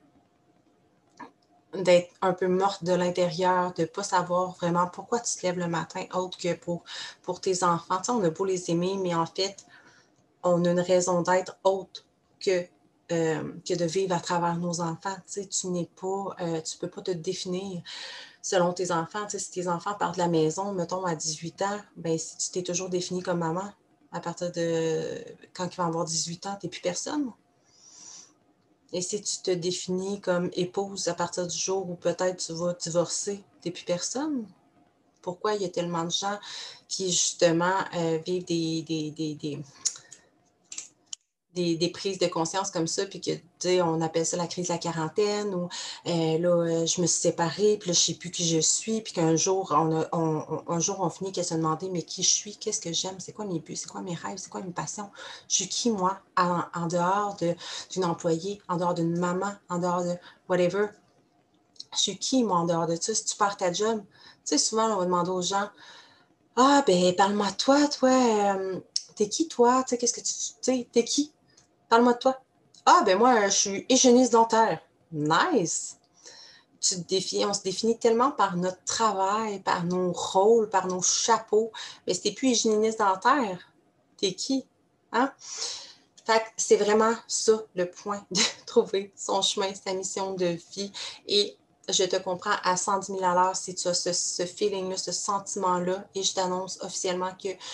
A: d'être un peu morte de l'intérieur, de ne pas savoir vraiment pourquoi tu te lèves le matin, autre que pour tes enfants. Tu sais, on a beau les aimer, mais en fait, on a une raison d'être autre que de vivre à travers nos enfants. Tu sais, tu peux pas te définir selon tes enfants. Tu sais, si tes enfants partent de la maison, mettons à 18 ans, ben si tu t'es toujours défini comme maman, à partir de quand ils vont avoir 18 ans, tu n'es plus personne. Et si tu te définis comme épouse à partir du jour où peut-être tu vas divorcer, tu n'es plus personne. Pourquoi il y a tellement de gens qui, justement, vivent des des prises de conscience comme ça, puis que, tu sais, on appelle ça la crise de la quarantaine, ou là, je me suis séparée, puis là, je sais plus qui je suis, puis qu'un jour, un jour, on finit qu'à se demander, mais qui je suis, qu'est-ce que j'aime, c'est quoi mes buts, c'est quoi mes rêves, c'est quoi mes passions, je suis qui, moi, en dehors d'une employée, en dehors d'une maman, en dehors de whatever, je suis qui, moi, en dehors de ça, si tu perds ta job, tu sais, souvent, on va demander aux gens, ah, ben, parle-moi de toi, t'es qui, toi, tu sais, qu'est-ce que tu sais, t'es qui? Parle-moi de toi. Ah, ben moi, je suis hygiéniste dentaire. Nice! On se définit tellement par notre travail, par nos rôles, par nos chapeaux. Mais si t'es plus hygiéniste dentaire, t'es qui? Hein? Fait que c'est vraiment ça le point de trouver son chemin, sa mission de vie. Et je te comprends à 110 000 à l'heure si tu as ce feeling-là, ce sentiment-là. Et je t'annonce officiellement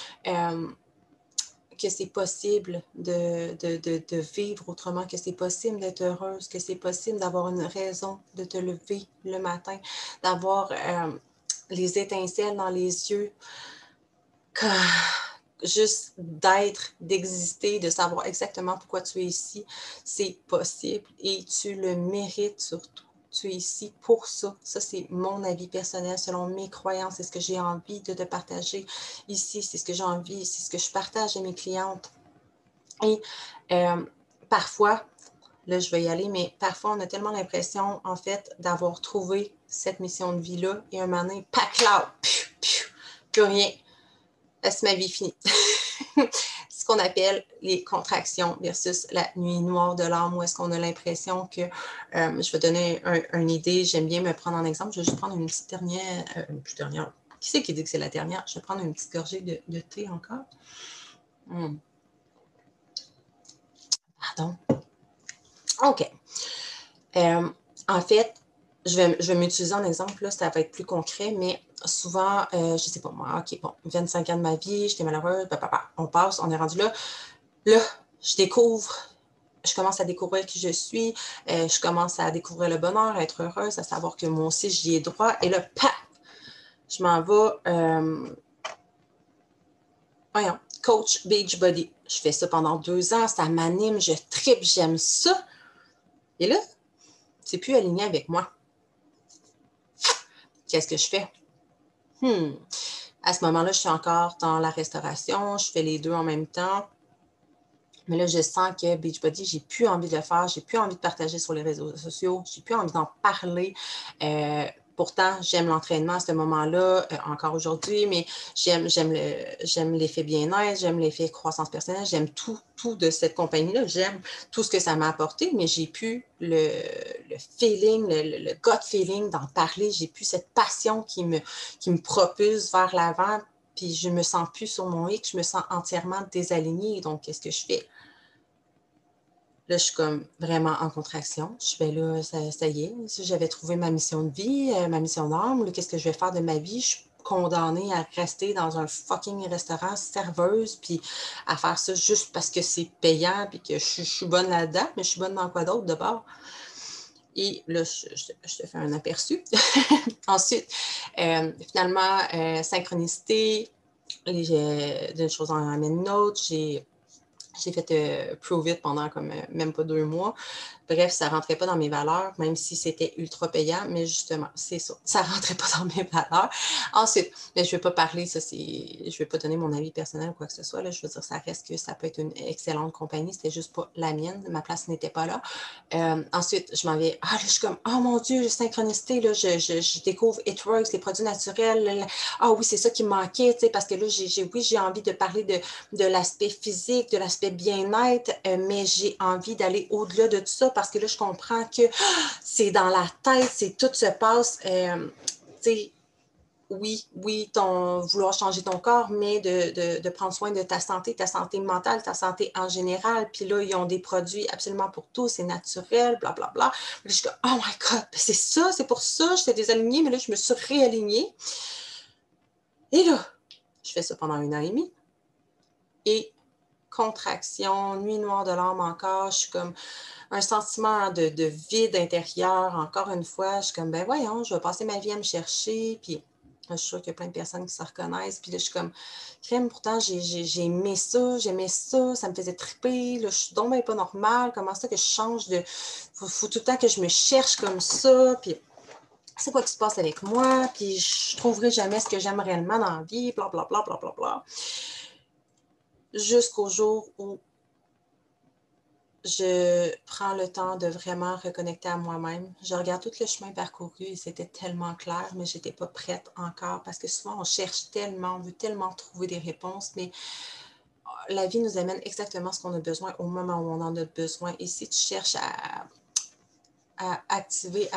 A: que c'est possible de vivre autrement, que c'est possible d'être heureuse, que c'est possible d'avoir une raison de te lever le matin, d'avoir les étincelles dans les yeux, juste d'être, d'exister, de savoir exactement pourquoi tu es ici, c'est possible et tu le mérites surtout. Tu es ici pour ça. Ça, c'est mon avis personnel, selon mes croyances. C'est ce que j'ai envie de te partager ici. C'est ce que j'ai envie, c'est ce que je partage à mes clientes. Et parfois, là, je vais y aller, mais parfois, on a tellement l'impression, en fait, d'avoir trouvé cette mission de vie-là et un moment donné, pack là, plus rien. C'est ma vie finie. Ce qu'on appelle les contractions versus la nuit noire de l'âme, où est-ce qu'on a l'impression que, je vais donner une idée, j'aime bien me prendre en exemple, je vais juste prendre une petite dernière, qui c'est qui dit que c'est la dernière? Je vais prendre une petite gorgée de thé encore. Pardon. OK. En fait, je vais m'utiliser en exemple, là, ça va être plus concret, mais souvent, je sais pas moi, OK, bon, 25 ans de ma vie, j'étais malheureuse, on passe, on est rendu là. Là, je commence à découvrir qui je suis, je commence à découvrir le bonheur, à être heureuse, à savoir que moi aussi, j'y ai droit. Et là, paf, je m'en vais, voyons, coach Beachbody. Je fais ça pendant 2 ans, ça m'anime, je tripe, j'aime ça. Et là, c'est plus aligné avec moi. Qu'est-ce que je fais? À ce moment-là, je suis encore dans la restauration, je fais les deux en même temps. Mais là, je sens que Beachbody, j'ai plus envie de le faire, j'ai plus envie de partager sur les réseaux sociaux, j'ai plus envie d'en parler. Pourtant, j'aime l'entraînement à ce moment-là, encore aujourd'hui, mais j'aime l'effet bien-être, j'aime l'effet croissance personnelle, j'aime tout de cette compagnie-là, j'aime tout ce que ça m'a apporté, mais j'ai plus le feeling, le gut feeling d'en parler, j'ai plus cette passion qui me propulse vers l'avant, puis je me sens plus sur mon X, je me sens entièrement désalignée. Donc, qu'est-ce que je fais? Là, je suis comme vraiment en contraction. Je fais là, ça y est, j'avais trouvé ma mission de vie, ma mission d'âme. Qu'est-ce que je vais faire de ma vie? Je suis condamnée à rester dans un fucking restaurant serveuse, puis à faire ça juste parce que c'est payant, puis que je suis bonne là-dedans, mais je suis bonne dans quoi d'autre d'abord? Et là, je te fais un aperçu. Ensuite, finalement, synchronicité, d'une chose en amène une autre. J'ai fait Prove It pendant comme même pas 2 mois. Bref, ça rentrait pas dans mes valeurs, même si c'était ultra payant, mais justement, c'est ça. Ça rentrait pas dans mes valeurs. Ensuite, mais je vais pas parler, je vais pas donner mon avis personnel ou quoi que ce soit. Là. Je veux dire, ça reste que ça peut être une excellente compagnie. C'était juste pas la mienne. Ma place n'était pas là. Ensuite, je m'en vais. Ah, là, je suis comme, oh mon Dieu, synchronicité, là, je découvre It Works, les produits naturels. Ah oui, c'est ça qui me manquait, tu sais, parce que là, j'ai envie de parler de l'aspect physique, de l'aspect bien-être, mais j'ai envie d'aller au-delà de tout ça parce que là, je comprends que c'est dans la tête, tout se passe, tu sais, oui, vouloir changer ton corps, mais de prendre soin de ta santé mentale, ta santé en général. Puis là, ils ont des produits absolument pour tout, c'est naturel, blablabla. Bla, bla. Je suis comme, oh my God, c'est ça, c'est pour ça, j'étais désalignée, mais là, je me suis réalignée. Et là, je fais ça pendant 1 an et demi. Et contraction, nuit noire de l'âme encore, je suis comme un sentiment de vide intérieur, encore une fois, je suis comme, ben voyons, je vais passer ma vie à me chercher, puis Je suis sûre qu'il y a plein de personnes qui se reconnaissent. Puis là, je suis comme, crème, pourtant, j'ai aimé ça, j'aimais ça, ça me faisait triper. Là, je suis donc bien pas normale. Comment ça que je change de. Faut tout le temps que je me cherche comme ça. Puis c'est quoi qui se passe avec moi? Puis je trouverai jamais ce que j'aime réellement dans la vie. Bla, bla, bla, bla, bla, bla. Jusqu'au jour où je prends le temps de vraiment reconnecter à moi-même. Je regarde tout le chemin parcouru et c'était tellement clair, mais je n'étais pas prête encore parce que souvent on cherche tellement, on veut tellement trouver des réponses, mais la vie nous amène exactement ce qu'on a besoin au moment où on en a besoin. Et si tu cherches à activer,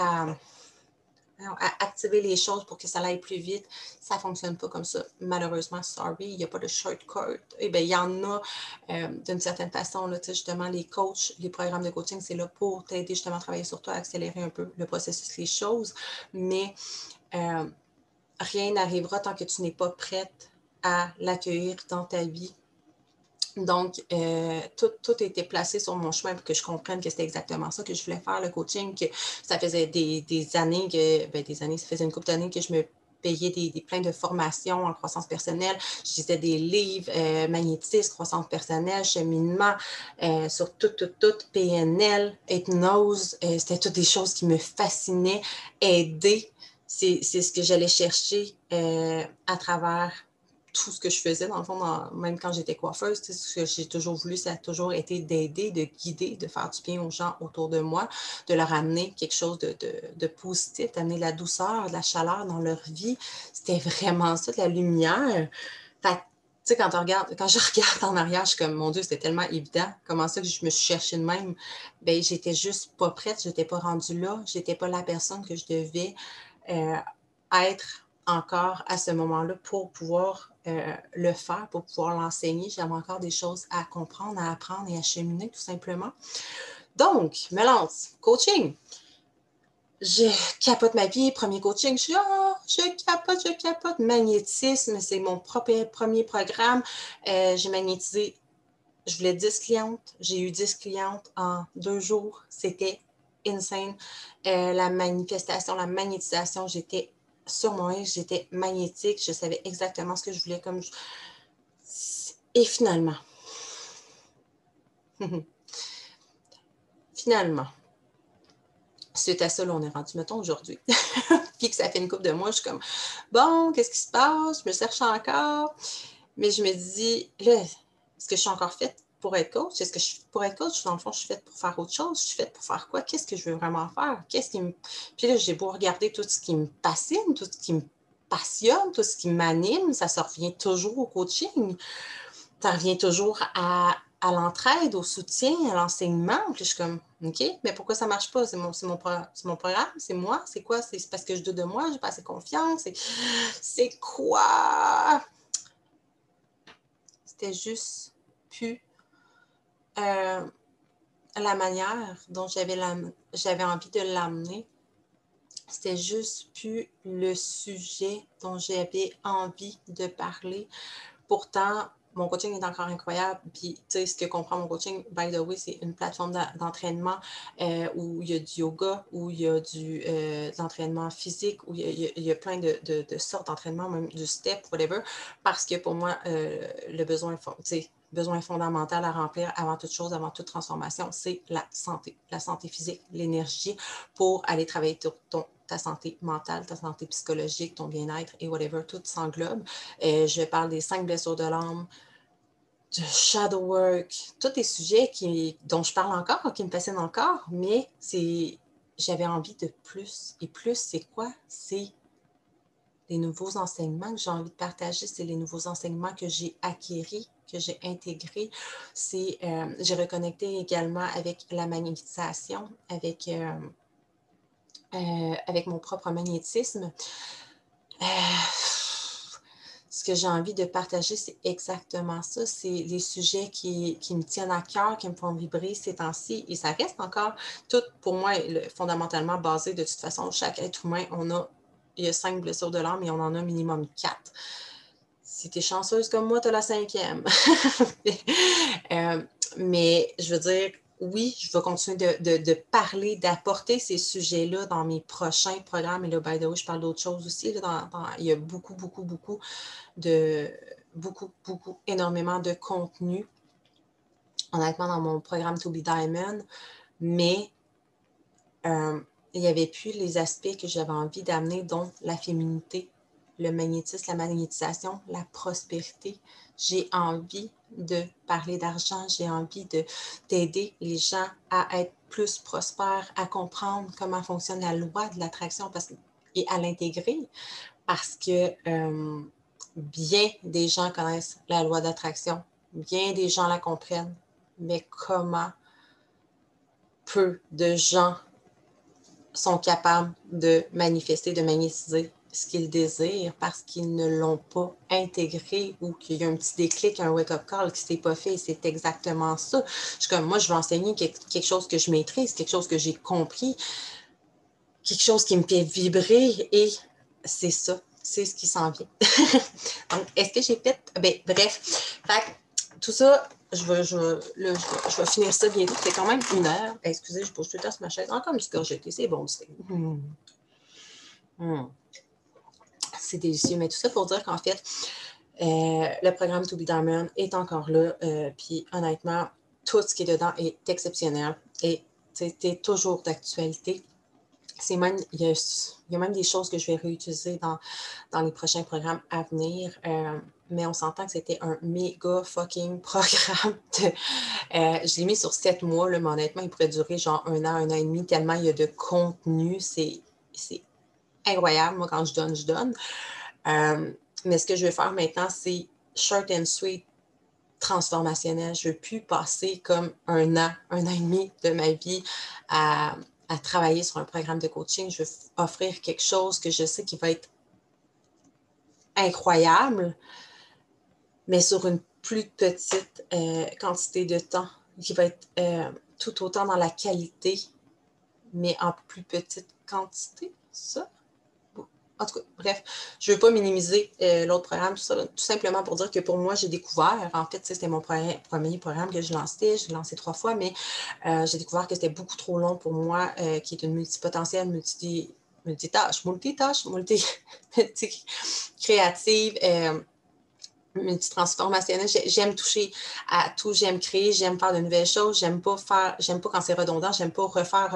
A: à activer les choses pour que ça aille plus vite, ça ne fonctionne pas comme ça. Malheureusement, sorry, il n'y a pas de shortcut. Eh bien, il y en a d'une certaine façon. Là, justement, les coachs, les programmes de coaching, c'est là pour t'aider justement à travailler sur toi, à accélérer un peu le processus, les choses. Mais rien n'arrivera tant que tu n'es pas prête à l'accueillir dans ta vie. Donc, tout a été placé sur mon chemin pour que je comprenne que c'était exactement ça que je voulais faire, le coaching, que ça faisait des années, ça faisait une couple d'années que je me payais plein de formations en croissance personnelle. Je lisais des livres, magnétisme, croissance personnelle, cheminement, sur tout, PNL, hypnose. C'était toutes des choses qui me fascinaient. Aider, c'est ce que j'allais chercher à travers tout ce que je faisais, dans le fond, même quand j'étais coiffeuse, ce que j'ai toujours voulu, ça a toujours été d'aider, de guider, de faire du bien aux gens autour de moi, de leur amener quelque chose de positif, d'amener de la douceur, de la chaleur dans leur vie. C'était vraiment ça, de la lumière. Fait tu sais, quand je regarde en arrière, je suis comme, mon Dieu, c'était tellement évident. Comment ça que je me suis cherchée de même? Ben, j'étais juste pas prête, j'étais pas rendue là, j'étais pas la personne que je devais être encore à ce moment-là pour pouvoir le faire, pour pouvoir l'enseigner. J'avais encore des choses à comprendre, à apprendre et à cheminer, tout simplement. Donc, me lance, coaching. Je capote ma vie, premier coaching, je capote, magnétisme, c'est mon premier programme. J'ai magnétisé, je voulais 10 clientes, j'ai eu 10 clientes en 2 jours, c'était insane. La manifestation, la magnétisation, j'étais sur mon lit, j'étais magnétique, je savais exactement ce que je voulais comme Et finalement, suite à ça, là, on est rendu, mettons, aujourd'hui. Puis que ça fait une couple de mois, je suis comme, bon, qu'est-ce qui se passe? Je me cherche encore. Mais je me dis, là, est-ce que je suis encore faite pour être coach? Est-ce que pour être coach, dans le fond, je suis faite pour faire autre chose? Je suis faite pour faire quoi? Qu'est-ce que je veux vraiment faire? Puis là, j'ai beau regarder tout ce qui me fascine, tout ce qui me passionne, tout ce qui m'anime, ça se revient toujours au coaching. Ça revient toujours à l'entraide, au soutien, à l'enseignement. Puis je suis comme, OK, mais pourquoi ça ne marche pas? C'est mon programme, c'est moi, c'est quoi? C'est parce que je doute de moi, je n'ai pas assez confiance. C'est quoi? C'était juste plus la manière dont j'avais envie de l'amener. C'était juste plus le sujet dont j'avais envie de parler. Pourtant, mon coaching est encore incroyable. Puis, tu sais, ce que comprend mon coaching, by the way, c'est une plateforme d'entraînement où il y a du yoga, où il y a de l'entraînement physique, où il y a plein de sortes d'entraînement, même du step, whatever. Parce que pour moi, le besoin fondamental à remplir avant toute chose, avant toute transformation, c'est la santé physique, l'énergie pour aller travailler ta santé mentale, ta santé psychologique, ton bien-être et whatever, tout s'englobe. Je parle des 5 blessures de l'âme, du shadow work, tous des sujets dont je parle encore, qui me fascinent encore, mais j'avais envie de plus. Et plus, c'est quoi? C'est les nouveaux enseignements que j'ai envie de partager, c'est les nouveaux enseignements que j'ai acquéris, que j'ai intégrés. J'ai reconnecté également avec la magnétisation, avec mon propre magnétisme. Ce que j'ai envie de partager, c'est exactement ça. C'est les sujets qui me tiennent à cœur, qui me font vibrer ces temps-ci. Et ça reste encore tout, pour moi, fondamentalement basé. De toute façon, chaque être humain, il y a 5 blessures de l'âme et on en a minimum 4. Si tu es chanceuse comme moi, tu as la 5e. Mais je veux dire, oui, je vais continuer de parler, d'apporter ces sujets-là dans mes prochains programmes. Et là, by the way, je parle d'autres choses aussi. Là, il y a énormément de contenu, honnêtement, dans mon programme To Be Diamond. Mais il n'y avait plus les aspects que j'avais envie d'amener, dont la féminité, le magnétisme, la magnétisation, la prospérité. J'ai envie de parler d'argent, j'ai envie d'aider les gens à être plus prospères, à comprendre comment fonctionne la loi de l'attraction et à l'intégrer, parce que bien des gens connaissent la loi d'attraction, bien des gens la comprennent, mais comment peu de gens sont capables de manifester, de magnétiser ce qu'ils désirent parce qu'ils ne l'ont pas intégré ou qu'il y a un petit déclic, un wake-up call qui ne s'est pas fait. C'est exactement ça. Je suis comme, moi, je vais enseigner quelque chose que je maîtrise, quelque chose que j'ai compris, quelque chose qui me fait vibrer et c'est ça. C'est ce qui s'en vient. Donc, est-ce que j'ai fait... Ben, bref. Fait que, tout ça, je vais finir ça bientôt. C'est quand même 1 heure. Excusez, je bouge tout le temps sur ma chaise. Encore une scourgettée. C'est bon, c'est. C'est délicieux. Mais tout ça pour dire qu'en fait, le programme To Be Diamond est encore là. Puis honnêtement, tout ce qui est dedans est exceptionnel. Et c'est toujours d'actualité. Il y a même des choses que je vais réutiliser dans les prochains programmes à venir. Mais on s'entend que c'était un méga fucking programme. Je l'ai mis sur 7 mois, là, mais honnêtement, il pourrait durer genre 1 an et demi, tellement il y a de contenu. C'est incroyable. Moi, quand je donne, je donne. Mais ce que je vais faire maintenant, c'est short and sweet, transformationnel. Je ne veux plus passer comme 1 an et demi de ma vie à travailler sur un programme de coaching. Je veux offrir quelque chose que je sais qui va être incroyable, mais sur une plus petite quantité de temps, qui va être tout autant dans la qualité, mais en plus petite quantité, ça. En tout cas, bref, je ne veux pas minimiser l'autre programme, tout simplement pour dire que pour moi, j'ai découvert, en fait, c'était mon premier programme que je lançais, je l'ai lancé 3 fois, mais j'ai découvert que c'était beaucoup trop long pour moi, qui est une multipotentielle, multi-créative, multitransformationnelle. J'aime toucher à tout, j'aime créer, j'aime faire de nouvelles choses, j'aime pas quand c'est redondant, j'aime pas refaire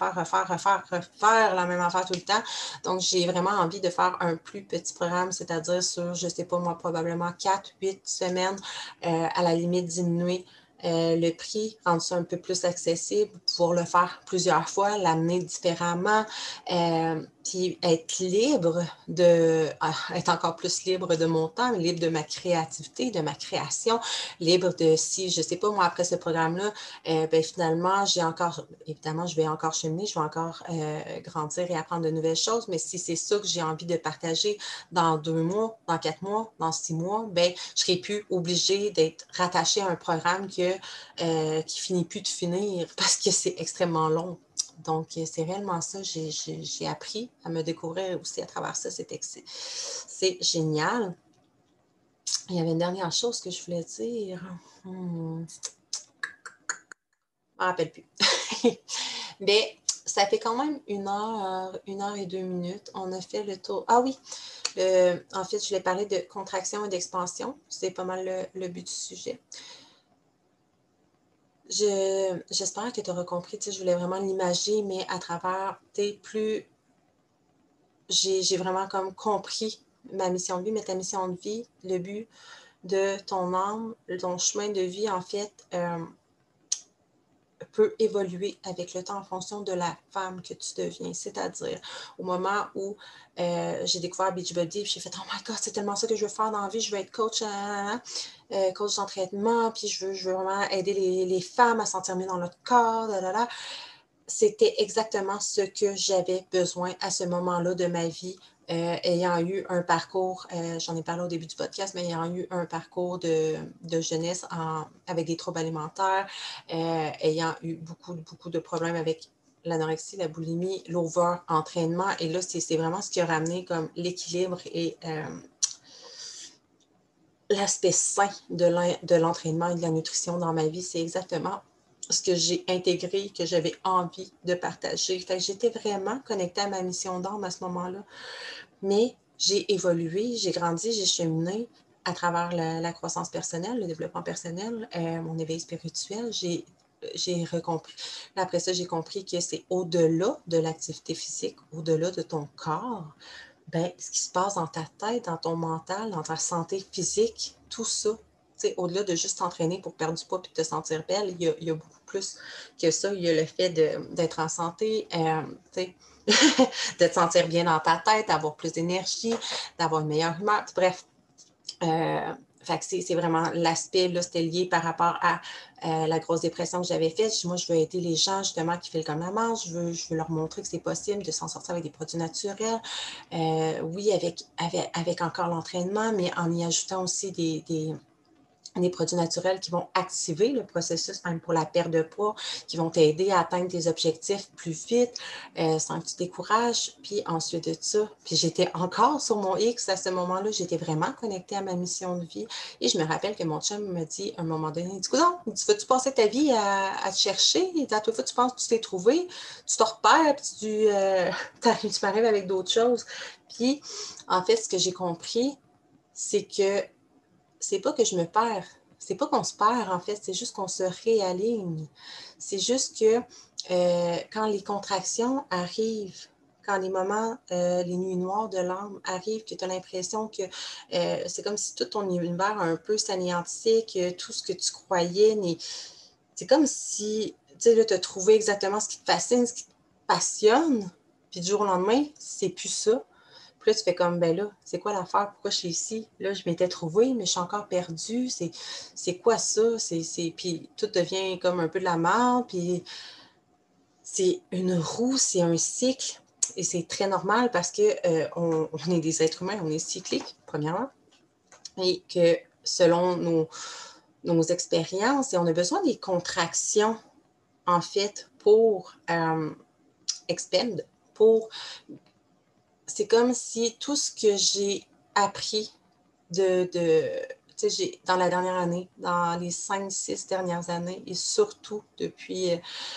A: la même affaire tout le temps. Donc, j'ai vraiment envie de faire un plus petit programme, c'est-à-dire sur, je sais pas moi, probablement 4-8 semaines, à la limite diminuer le prix, rendre ça un peu plus accessible, pouvoir le faire plusieurs fois, l'amener différemment, puis être libre être encore plus libre de mon temps, libre de ma créativité, de ma création, libre de si, je sais pas, moi, après ce programme-là, ben finalement, évidemment, je vais encore cheminer, je vais encore grandir et apprendre de nouvelles choses, mais si c'est ça que j'ai envie de partager dans 2 mois, dans 4 mois, dans 6 mois, ben je serai plus obligée d'être rattachée à un programme qui finit plus de finir parce que c'est extrêmement long. Donc, c'est réellement ça. J'ai appris à me découvrir aussi à travers ça. C'est génial. Il y avait une dernière chose que je voulais dire. Je ne me rappelle plus. Mais ça fait quand même 1 heure et 2 minutes. On a fait le tour. Ah oui, en fait, je voulais parler de contraction et d'expansion. C'est pas mal le but du sujet. J'espère que tu auras compris, je voulais vraiment l'imager, mais à travers, j'ai vraiment comme compris ma mission de vie, mais ta mission de vie, le but de ton âme, ton chemin de vie, en fait, peut évoluer avec le temps en fonction de la femme que tu deviens. C'est-à-dire, au moment où j'ai découvert Beachbody, puis j'ai fait « Oh my God, c'est tellement ça que je veux faire dans la vie, je veux être coach, coach d'entraînement, puis je veux vraiment aider les femmes à sentir mieux dans leur corps, là. » C'était exactement ce que j'avais besoin à ce moment-là de ma vie, ayant eu un parcours, j'en ai parlé au début du podcast, mais ayant eu un parcours de jeunesse avec des troubles alimentaires, ayant eu beaucoup de problèmes avec l'anorexie, la boulimie, l'over-entraînement. Et là, c'est vraiment ce qui a ramené comme l'équilibre et l'aspect sain de l'entraînement et de la nutrition dans ma vie. C'est exactement ce que j'ai intégré, que j'avais envie de partager. Fait que j'étais vraiment connectée à ma mission d'âme à ce moment-là. Mais j'ai évolué, j'ai grandi, j'ai cheminé à travers la croissance personnelle, le développement personnel, mon éveil spirituel. J'ai recompris. Après ça, j'ai compris que c'est au-delà de l'activité physique, au-delà de ton corps. Ben, ce qui se passe dans ta tête, dans ton mental, dans ta santé physique, tout ça, au-delà de juste t'entraîner pour perdre du poids et te sentir belle, il y a beaucoup plus que ça. Il y a le fait d'être en santé, de te sentir bien dans ta tête, d'avoir plus d'énergie, d'avoir une meilleure humeur. Bref, fait que c'est vraiment l'aspect, là, c'était lié par rapport à la grosse dépression que j'avais faite. Moi, je veux aider les gens, justement, qui filent comme la marche. Je veux leur montrer que c'est possible de s'en sortir avec des produits naturels. Oui, avec encore l'entraînement, mais en y ajoutant aussi des produits naturels qui vont activer le processus, même pour la perte de poids, qui vont t'aider à atteindre tes objectifs plus vite, sans que tu te décourages. Puis ensuite de ça, puis j'étais encore sur mon X à ce moment-là, j'étais vraiment connectée à ma mission de vie. Et je me rappelle que mon chum me dit à un moment donné, il dit, coudonc, veux-tu passer ta vie à te chercher? Et à toute fois, tu penses que tu t'es trouvé, tu te repères, puis tu m'arrives avec d'autres choses. Puis, en fait, ce que j'ai compris, c'est que c'est pas que je me perds. C'est pas qu'on se perd, en fait. C'est juste qu'on se réaligne. C'est juste que quand les contractions arrivent, quand les moments, les nuits noires de l'âme arrivent, que tu as l'impression que c'est comme si tout ton univers a un peu s'anéantissait, que tout ce que tu croyais, c'est comme si, tu sais, là, tu as trouvé exactement ce qui te fascine, ce qui te passionne, puis du jour au lendemain, c'est plus ça. Puis là, tu fais comme, ben là, c'est quoi l'affaire? Pourquoi je suis ici? Là, je m'étais trouvée, mais je suis encore perdue. C'est quoi ça? Puis tout devient comme un peu de la merde. Puis c'est une roue, c'est un cycle. Et c'est très normal parce que on est des êtres humains, on est cycliques, premièrement. Et que selon nos expériences, et on a besoin des contractions, en fait, pour expand, pour c'est comme si tout ce que j'ai appris dans la dernière année, dans les 5-6 dernières années, et surtout depuis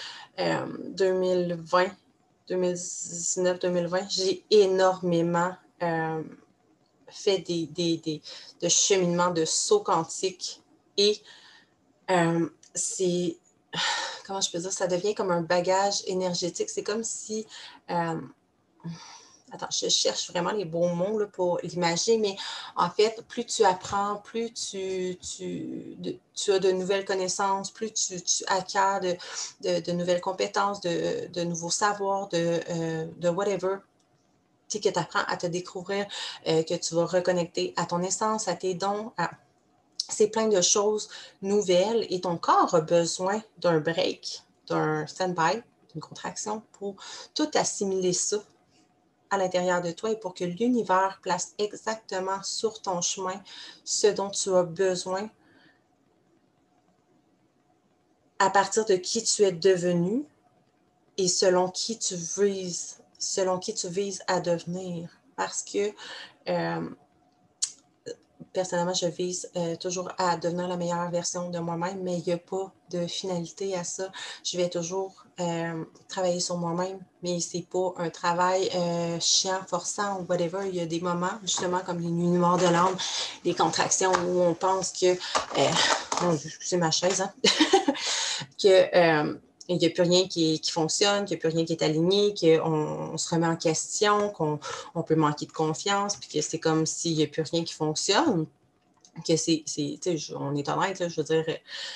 A: 2020, 2019-2020, j'ai énormément fait de cheminement, de sauts quantiques. Et c'est, comment je peux dire, ça devient comme un bagage énergétique. C'est comme si... attends, je cherche vraiment les bons mots là, pour l'imaginer, mais en fait, plus tu apprends, plus tu as de nouvelles connaissances, plus tu acquiers de nouvelles compétences, de nouveaux savoirs, de whatever, tu sais, que tu apprends à te découvrir, que tu vas reconnecter à ton essence, à tes dons, c'est plein de choses nouvelles et ton corps a besoin d'un break, d'un stand-by, d'une contraction pour tout assimiler ça à l'intérieur de toi et pour que l'univers place exactement sur ton chemin ce dont tu as besoin à partir de qui tu es devenu et selon qui tu vises à devenir. Parce que personnellement, je vise toujours à devenir la meilleure version de moi-même, mais il n'y a pas de finalité à ça. Je vais toujours travailler sur moi-même, mais c'est pas un travail chiant, forçant ou whatever. Il y a des moments, justement, comme les nuits noires de l'âme, des contractions où on pense que... excusez ma chaise, hein? que... il n'y a plus rien qui fonctionne, qu'il n'y a plus rien qui est aligné, qu'on se remet en question, qu'on peut manquer de confiance, puis que c'est comme s'il n'y a plus rien qui fonctionne. Que on est honnête, là, je veux dire,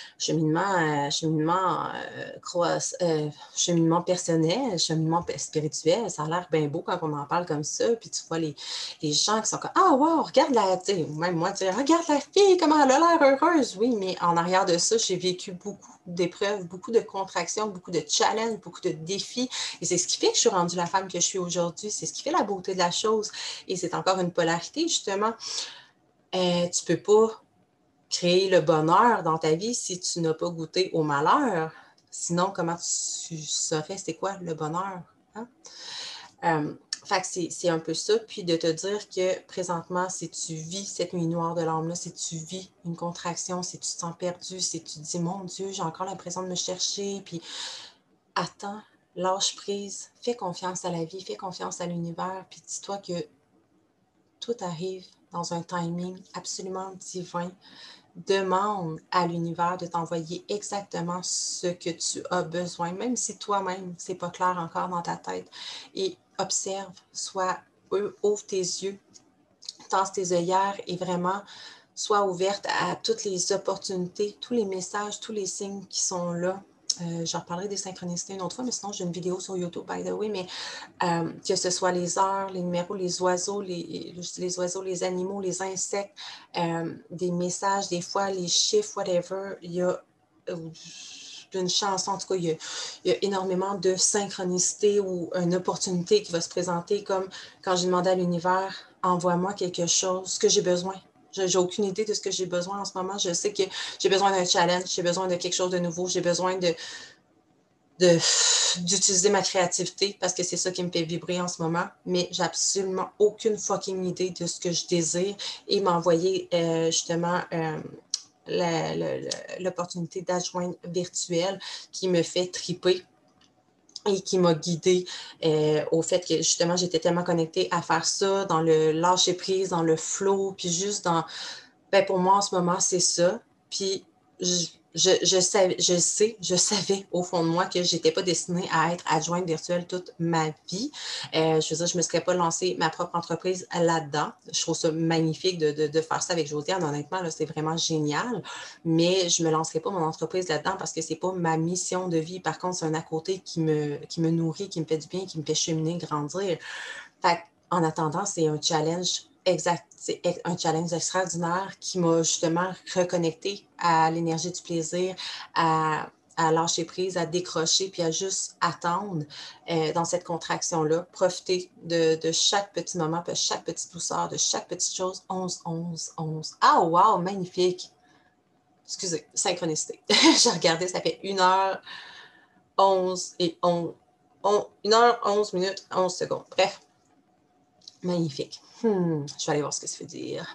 A: cheminement personnel, cheminement spirituel, ça a l'air bien beau quand on en parle comme ça, puis tu vois les gens qui sont comme « Ah, wow, regarde même moi, dire « Regarde la fille, comment elle a l'air heureuse! » Oui, mais en arrière de ça, j'ai vécu beaucoup d'épreuves, beaucoup de contractions, beaucoup de challenges, beaucoup de défis, et c'est ce qui fait que je suis rendue la femme que je suis aujourd'hui, c'est ce qui fait la beauté de la chose, et c'est encore une polarité, justement. Tu peux pas créer le bonheur dans ta vie si tu n'as pas goûté au malheur. Sinon, comment tu saurais c'est quoi le bonheur? Hein? Fait que c'est un peu ça. Puis de te dire que présentement, si tu vis cette nuit noire de l'âme-là, si tu vis une contraction, si tu te sens perdu, si tu te dis, mon Dieu, j'ai encore l'impression de me chercher, puis attends, lâche prise, fais confiance à la vie, fais confiance à l'univers, puis dis-toi que tout arrive dans un timing absolument divin. Demande à l'univers de t'envoyer exactement ce que tu as besoin, même si toi-même, c'est pas clair encore dans ta tête. Et observe, ouvre tes yeux, tasse tes œillères et vraiment sois ouverte à toutes les opportunités, tous les messages, tous les signes qui sont là. J'en reparlerai des synchronicités une autre fois, mais sinon j'ai une vidéo sur YouTube, by the way, mais que ce soit les heures, les numéros, les oiseaux, les oiseaux, les animaux, les insectes, des messages, des fois les chiffres, whatever, il y a d'une chanson, en tout cas, il y a énormément de synchronicité ou une opportunité qui va se présenter, comme quand j'ai demandé à l'univers, envoie-moi quelque chose que j'ai besoin. J'ai aucune idée de ce que j'ai besoin en ce moment. Je sais que j'ai besoin d'un challenge, j'ai besoin de quelque chose de nouveau, j'ai besoin d'utiliser ma créativité parce que c'est ça qui me fait vibrer en ce moment, mais j'ai absolument aucune fucking idée de ce que je désire et m'envoyer justement l'opportunité d'adjoindre virtuelle qui me fait triper et qui m'a guidée au fait que justement j'étais tellement connectée à faire ça dans le lâcher prise, dans le flow, puis juste dans, ben pour moi en ce moment c'est ça, puis je savais au fond de moi que j'étais pas destinée à être adjointe virtuelle toute ma vie. Je veux dire, je me serais pas lancé ma propre entreprise là-dedans. Je trouve ça magnifique de faire ça avec Josiane. Honnêtement, là, c'est vraiment génial. Mais je me lancerai pas mon entreprise là-dedans parce que c'est pas ma mission de vie. Par contre, c'est un à côté qui me nourrit, qui me fait du bien, qui me fait cheminer, grandir. Fait en attendant, c'est un challenge exact. C'est un challenge extraordinaire qui m'a justement reconnecté à l'énergie du plaisir, à lâcher prise, à décrocher, puis à juste attendre dans cette contraction-là, profiter de chaque petit moment, de chaque petite douceur, de chaque petite chose. 11, 11, 11. Ah, wow, magnifique! Excusez, synchronicité. J'ai regardé, ça fait 1h11 et 1h11 minutes, 11 secondes. Bref, magnifique. Je vais aller voir ce que ça veut dire.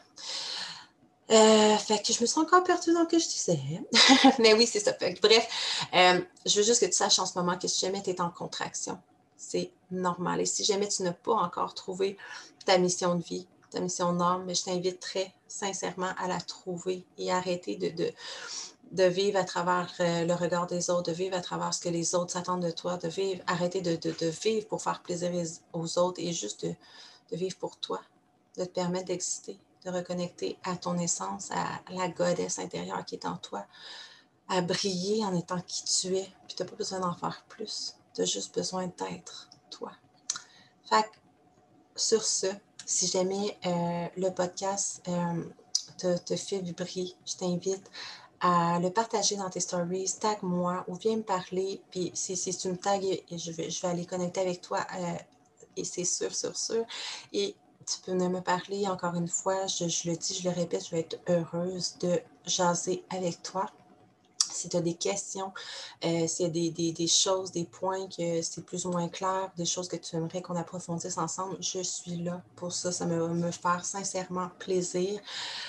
A: Fait que je me suis encore perdue dans ce que je disais. Mais oui, c'est ça. Fait que, bref, je veux juste que tu saches en ce moment que si jamais tu es en contraction, c'est normal. Et si jamais tu n'as pas encore trouvé ta mission de vie, ta mission d'âme, mais je t'invite très sincèrement à la trouver et arrêter de vivre à travers le regard des autres, de vivre à travers ce que les autres s'attendent de toi, de vivre, arrêter de vivre pour faire plaisir aux autres et juste de vivre pour toi, de te permettre d'exister, de reconnecter à ton essence, à la goddess intérieure qui est en toi, à briller en étant qui tu es. Puis tu n'as pas besoin d'en faire plus. Tu as juste besoin d'être toi. Fait que, sur ce, si jamais le podcast te fait vibrer, je t'invite à le partager dans tes stories, tag-moi ou viens me parler. Puis si tu me tagues, je vais aller connecter avec toi et c'est sûr. Et tu peux venir me parler encore une fois, je le dis, je le répète, je vais être heureuse de jaser avec toi. Si tu as des questions, s'il y a des choses, des points que c'est plus ou moins clair, des choses que tu aimerais qu'on approfondisse ensemble, je suis là pour ça. Ça va me faire sincèrement plaisir.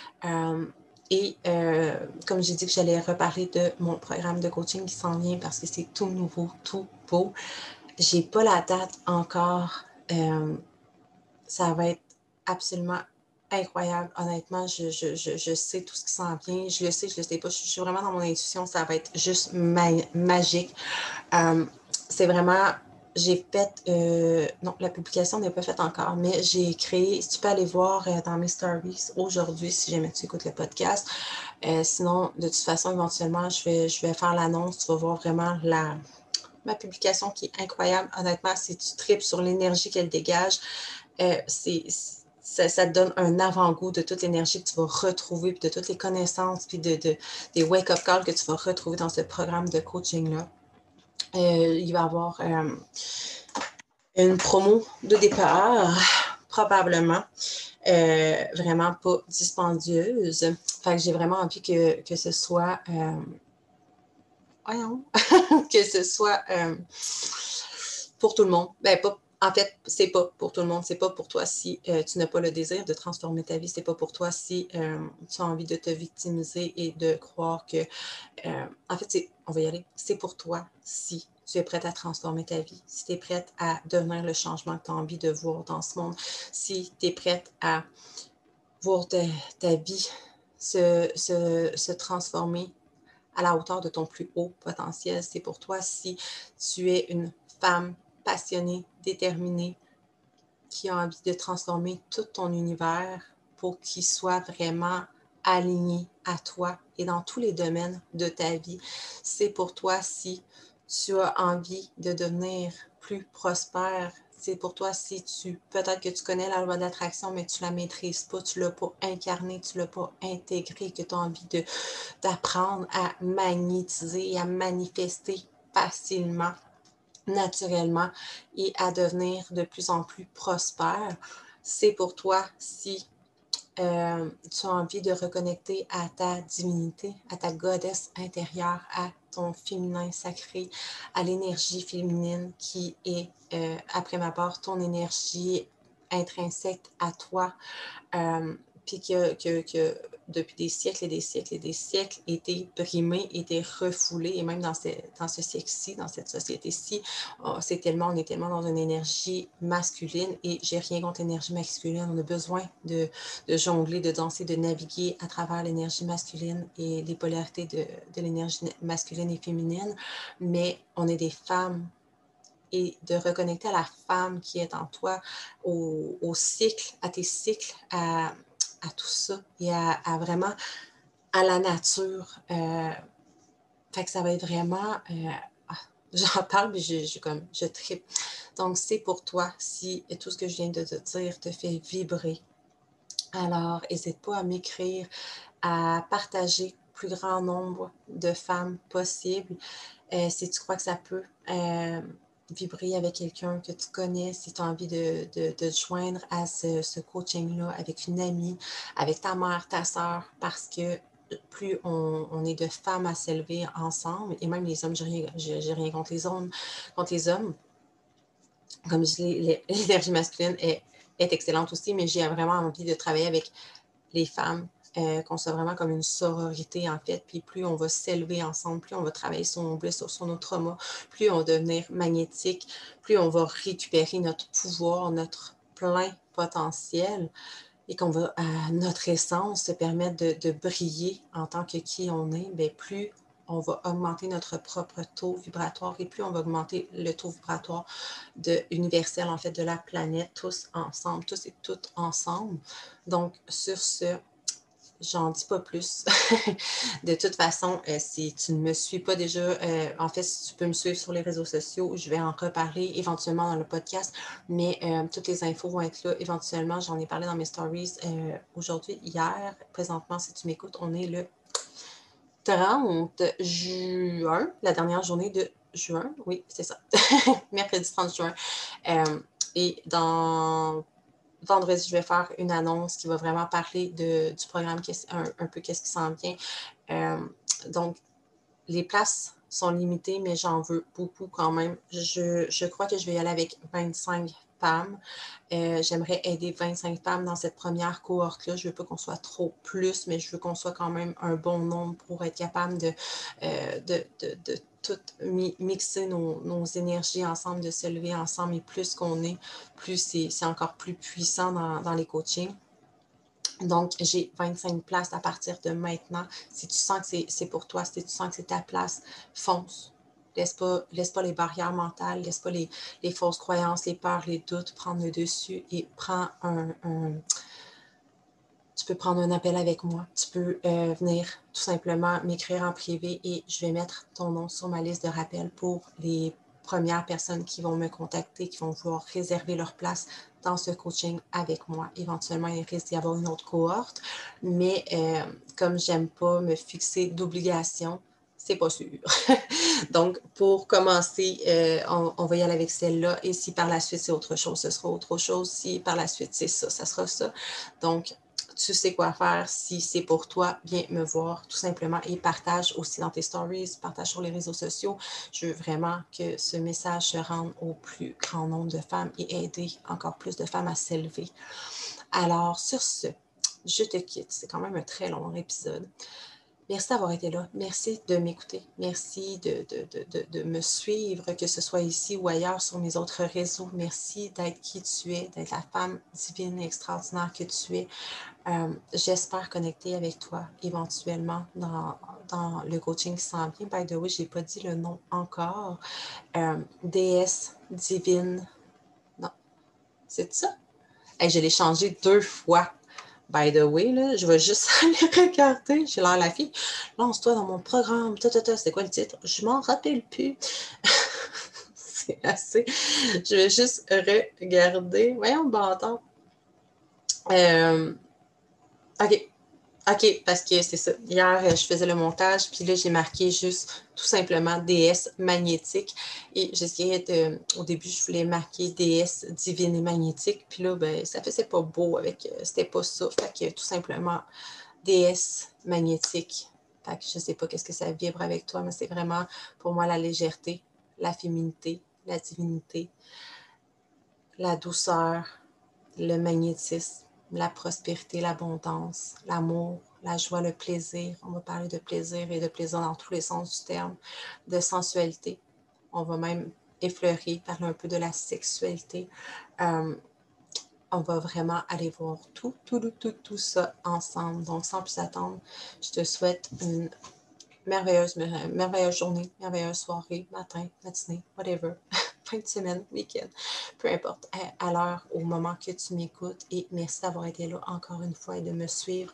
A: Et comme j'ai dit que j'allais reparler de mon programme de coaching qui s'en vient parce que c'est tout nouveau, tout beau. J'ai pas la date encore. Ça va être absolument incroyable. Honnêtement, je sais tout ce qui s'en vient. Je le sais pas. Je suis vraiment dans mon intuition. Ça va être juste magique. C'est vraiment... J'ai fait... non, la publication n'est pas faite encore, mais j'ai créé... Si tu peux aller voir dans mes stories aujourd'hui, si jamais tu écoutes le podcast. Sinon, de toute façon, éventuellement, je vais faire l'annonce. Tu vas voir vraiment ma publication qui est incroyable. Honnêtement, si tu tripes sur l'énergie qu'elle dégage, ça te donne un avant-goût de toute l'énergie que tu vas retrouver, puis de toutes les connaissances, puis des wake-up calls que tu vas retrouver dans ce programme de coaching-là. Il va y avoir une promo de départ, probablement. Vraiment pas dispendieuse. Fait que j'ai vraiment envie que ce soit... voyons, que ce soit pour tout le monde. Ben, pas En fait, c'est pas pour tout le monde, c'est pas pour toi si tu n'as pas le désir de transformer ta vie, c'est pas pour toi si tu as envie de te victimiser et de croire que... en fait, on va y aller, c'est pour toi si tu es prête à transformer ta vie, si tu es prête à devenir le changement que tu as envie de voir dans ce monde, si tu es prête à voir ta vie se transformer à la hauteur de ton plus haut potentiel. C'est pour toi si tu es une femme passionnée, déterminée, qui a envie de transformer tout ton univers pour qu'il soit vraiment aligné à toi et dans tous les domaines de ta vie. C'est pour toi si tu as envie de devenir plus prospère. C'est pour toi si peut-être que tu connais la loi de l'attraction, mais tu la maîtrises pas, tu l'as pas incarné, tu l'as pas intégré, que tu as envie d'apprendre à magnétiser et à manifester facilement, naturellement et à devenir de plus en plus prospère. C'est pour toi si tu as envie de reconnecter à ta divinité, à ta goddess intérieure, à ton féminin sacré, à l'énergie féminine qui est, après ma part, ton énergie intrinsèque à toi, puis que depuis des siècles et des siècles et des siècles, été brimé, été refoulé, et même dans ce siècle-ci, dans cette société-ci, on est tellement dans une énergie masculine, et j'ai rien contre l'énergie masculine, on a besoin de jongler, de danser, de naviguer à travers l'énergie masculine et les polarités de l'énergie masculine et féminine, mais on est des femmes, et de reconnecter à la femme qui est en toi, au cycle, à tes cycles, à tout ça, et à vraiment à la nature. Fait que ça va être vraiment... j'en parle, mais je tripe. Donc, c'est pour toi, si tout ce que je viens de te dire te fait vibrer. Alors, n'hésite pas à m'écrire, à partager plus grand nombre de femmes possible. Si tu crois que ça peut vibrer avec quelqu'un que tu connais, si tu as envie de te joindre à ce coaching-là avec une amie, avec ta mère, ta soeur, parce que plus on est de femmes à s'élever ensemble, et même les hommes, j'ai rien contre les hommes. Comme je dis, l'énergie masculine est excellente aussi, mais j'ai vraiment envie de travailler avec les femmes, qu'on soit vraiment comme une sororité, en fait. Puis plus on va s'élever ensemble, plus on va travailler sur nos blessures, sur nos traumas, plus on va devenir magnétique, plus on va récupérer notre pouvoir, notre plein potentiel, et qu'on va, à notre essence, se permettre de briller en tant que qui on est, bien, plus on va augmenter notre propre taux vibratoire, et plus on va augmenter le taux vibratoire universel, en fait, de la planète, tous ensemble, tous et toutes ensemble. Donc, sur ce, j'en dis pas plus. De toute façon, si tu ne me suis pas déjà, en fait, si tu peux me suivre sur les réseaux sociaux, je vais en reparler éventuellement dans le podcast, mais toutes les infos vont être là éventuellement. J'en ai parlé dans mes stories aujourd'hui, hier. Présentement, si tu m'écoutes, on est le 30 juin, la dernière journée de juin. Oui, c'est ça. Mercredi 30 juin. Et dans vendredi, je vais faire une annonce qui va vraiment parler du programme, un peu qu'est-ce qui s'en vient. Donc, les places sont limitées, mais j'en veux beaucoup quand même. Je crois que je vais y aller avec 25 femmes. J'aimerais aider 25 femmes dans cette première cohorte-là. Je ne veux pas qu'on soit trop plus, mais je veux qu'on soit quand même un bon nombre pour être capable de tout mixer nos énergies ensemble, de se lever ensemble. Et plus qu'on est, plus c'est encore plus puissant dans les coachings. Donc, j'ai 25 places à partir de maintenant. Si tu sens que c'est pour toi, si tu sens que c'est ta place, fonce. Laisse pas les barrières mentales, laisse pas les fausses croyances, les peurs, les doutes prendre le dessus, et prends tu peux prendre un appel avec moi. Tu peux venir tout simplement m'écrire en privé, et je vais mettre ton nom sur ma liste de rappels pour les premières personnes qui vont me contacter, qui vont vouloir réserver leur place dans ce coaching avec moi. Éventuellement, il risque d'y avoir une autre cohorte, mais comme j'aime pas me fixer d'obligations, c'est pas sûr. Donc, pour commencer, on va y aller avec celle-là, et si par la suite c'est autre chose, ce sera autre chose. Si par la suite c'est ça, ça sera ça. Donc, tu sais quoi faire. Si c'est pour toi, viens me voir tout simplement et partage aussi dans tes stories, partage sur les réseaux sociaux. Je veux vraiment que ce message se rende au plus grand nombre de femmes et aider encore plus de femmes à s'élever. Alors, sur ce, je te quitte. C'est quand même un très long épisode. Merci d'avoir été là. Merci de m'écouter. Merci de me suivre, que ce soit ici ou ailleurs sur mes autres réseaux. Merci d'être qui tu es, d'être la femme divine et extraordinaire que tu es. J'espère connecter avec toi éventuellement dans le coaching qui s'en vient. By the way, je n'ai pas dit le nom encore. Déesse divine. Non, c'est ça? Hey, je l'ai changé 2 fois. By the way, là, je vais juste aller regarder. J'ai l'air la fille. Lance-toi dans mon programme. C'est quoi le titre? Je m'en rappelle plus. C'est assez. Je vais juste regarder. Voyons, bâtard. OK. OK, parce que c'est ça. Hier, je faisais le montage, puis là, j'ai marqué juste tout simplement déesse magnétique. Et j'essayais de. Au début, je voulais marquer déesse divine et magnétique. Puis là, ben, ça faisait pas beau avec. C'était pas ça. Fait que tout simplement déesse magnétique. Fait que je sais pas qu'est-ce que ça vibre avec toi, mais c'est vraiment pour moi la légèreté, la féminité, la divinité, la douceur, le magnétisme, la prospérité, l'abondance, l'amour, la joie, le plaisir. On va parler de plaisir et de plaisir dans tous les sens du terme, de sensualité. On va même effleurer, parler un peu de la sexualité. On va vraiment aller voir tout ça ensemble. Donc, sans plus attendre, je te souhaite une merveilleuse journée, merveilleuse soirée, matin, matinée, whatever. Fin de semaine, week-end, peu importe, à l'heure, au moment que tu m'écoutes. Et merci d'avoir été là encore une fois et de me suivre.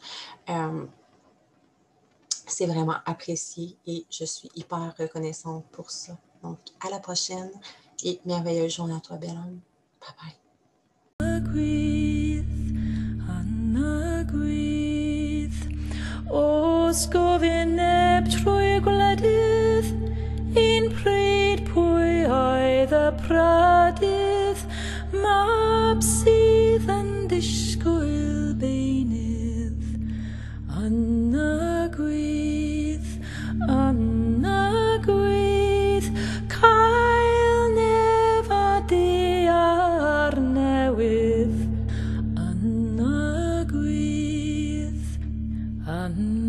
A: C'est vraiment apprécié et je suis hyper reconnaissante pour ça. Donc, à la prochaine et merveilleuse journée à toi, belle homme. Bye bye. Os gofyneb trwy gwledydd, un pryd pwy oedd y prydydd, mab sydd yn disgwyl beinydd, ynagwydd, cael nefadu ar newydd, ynagwydd,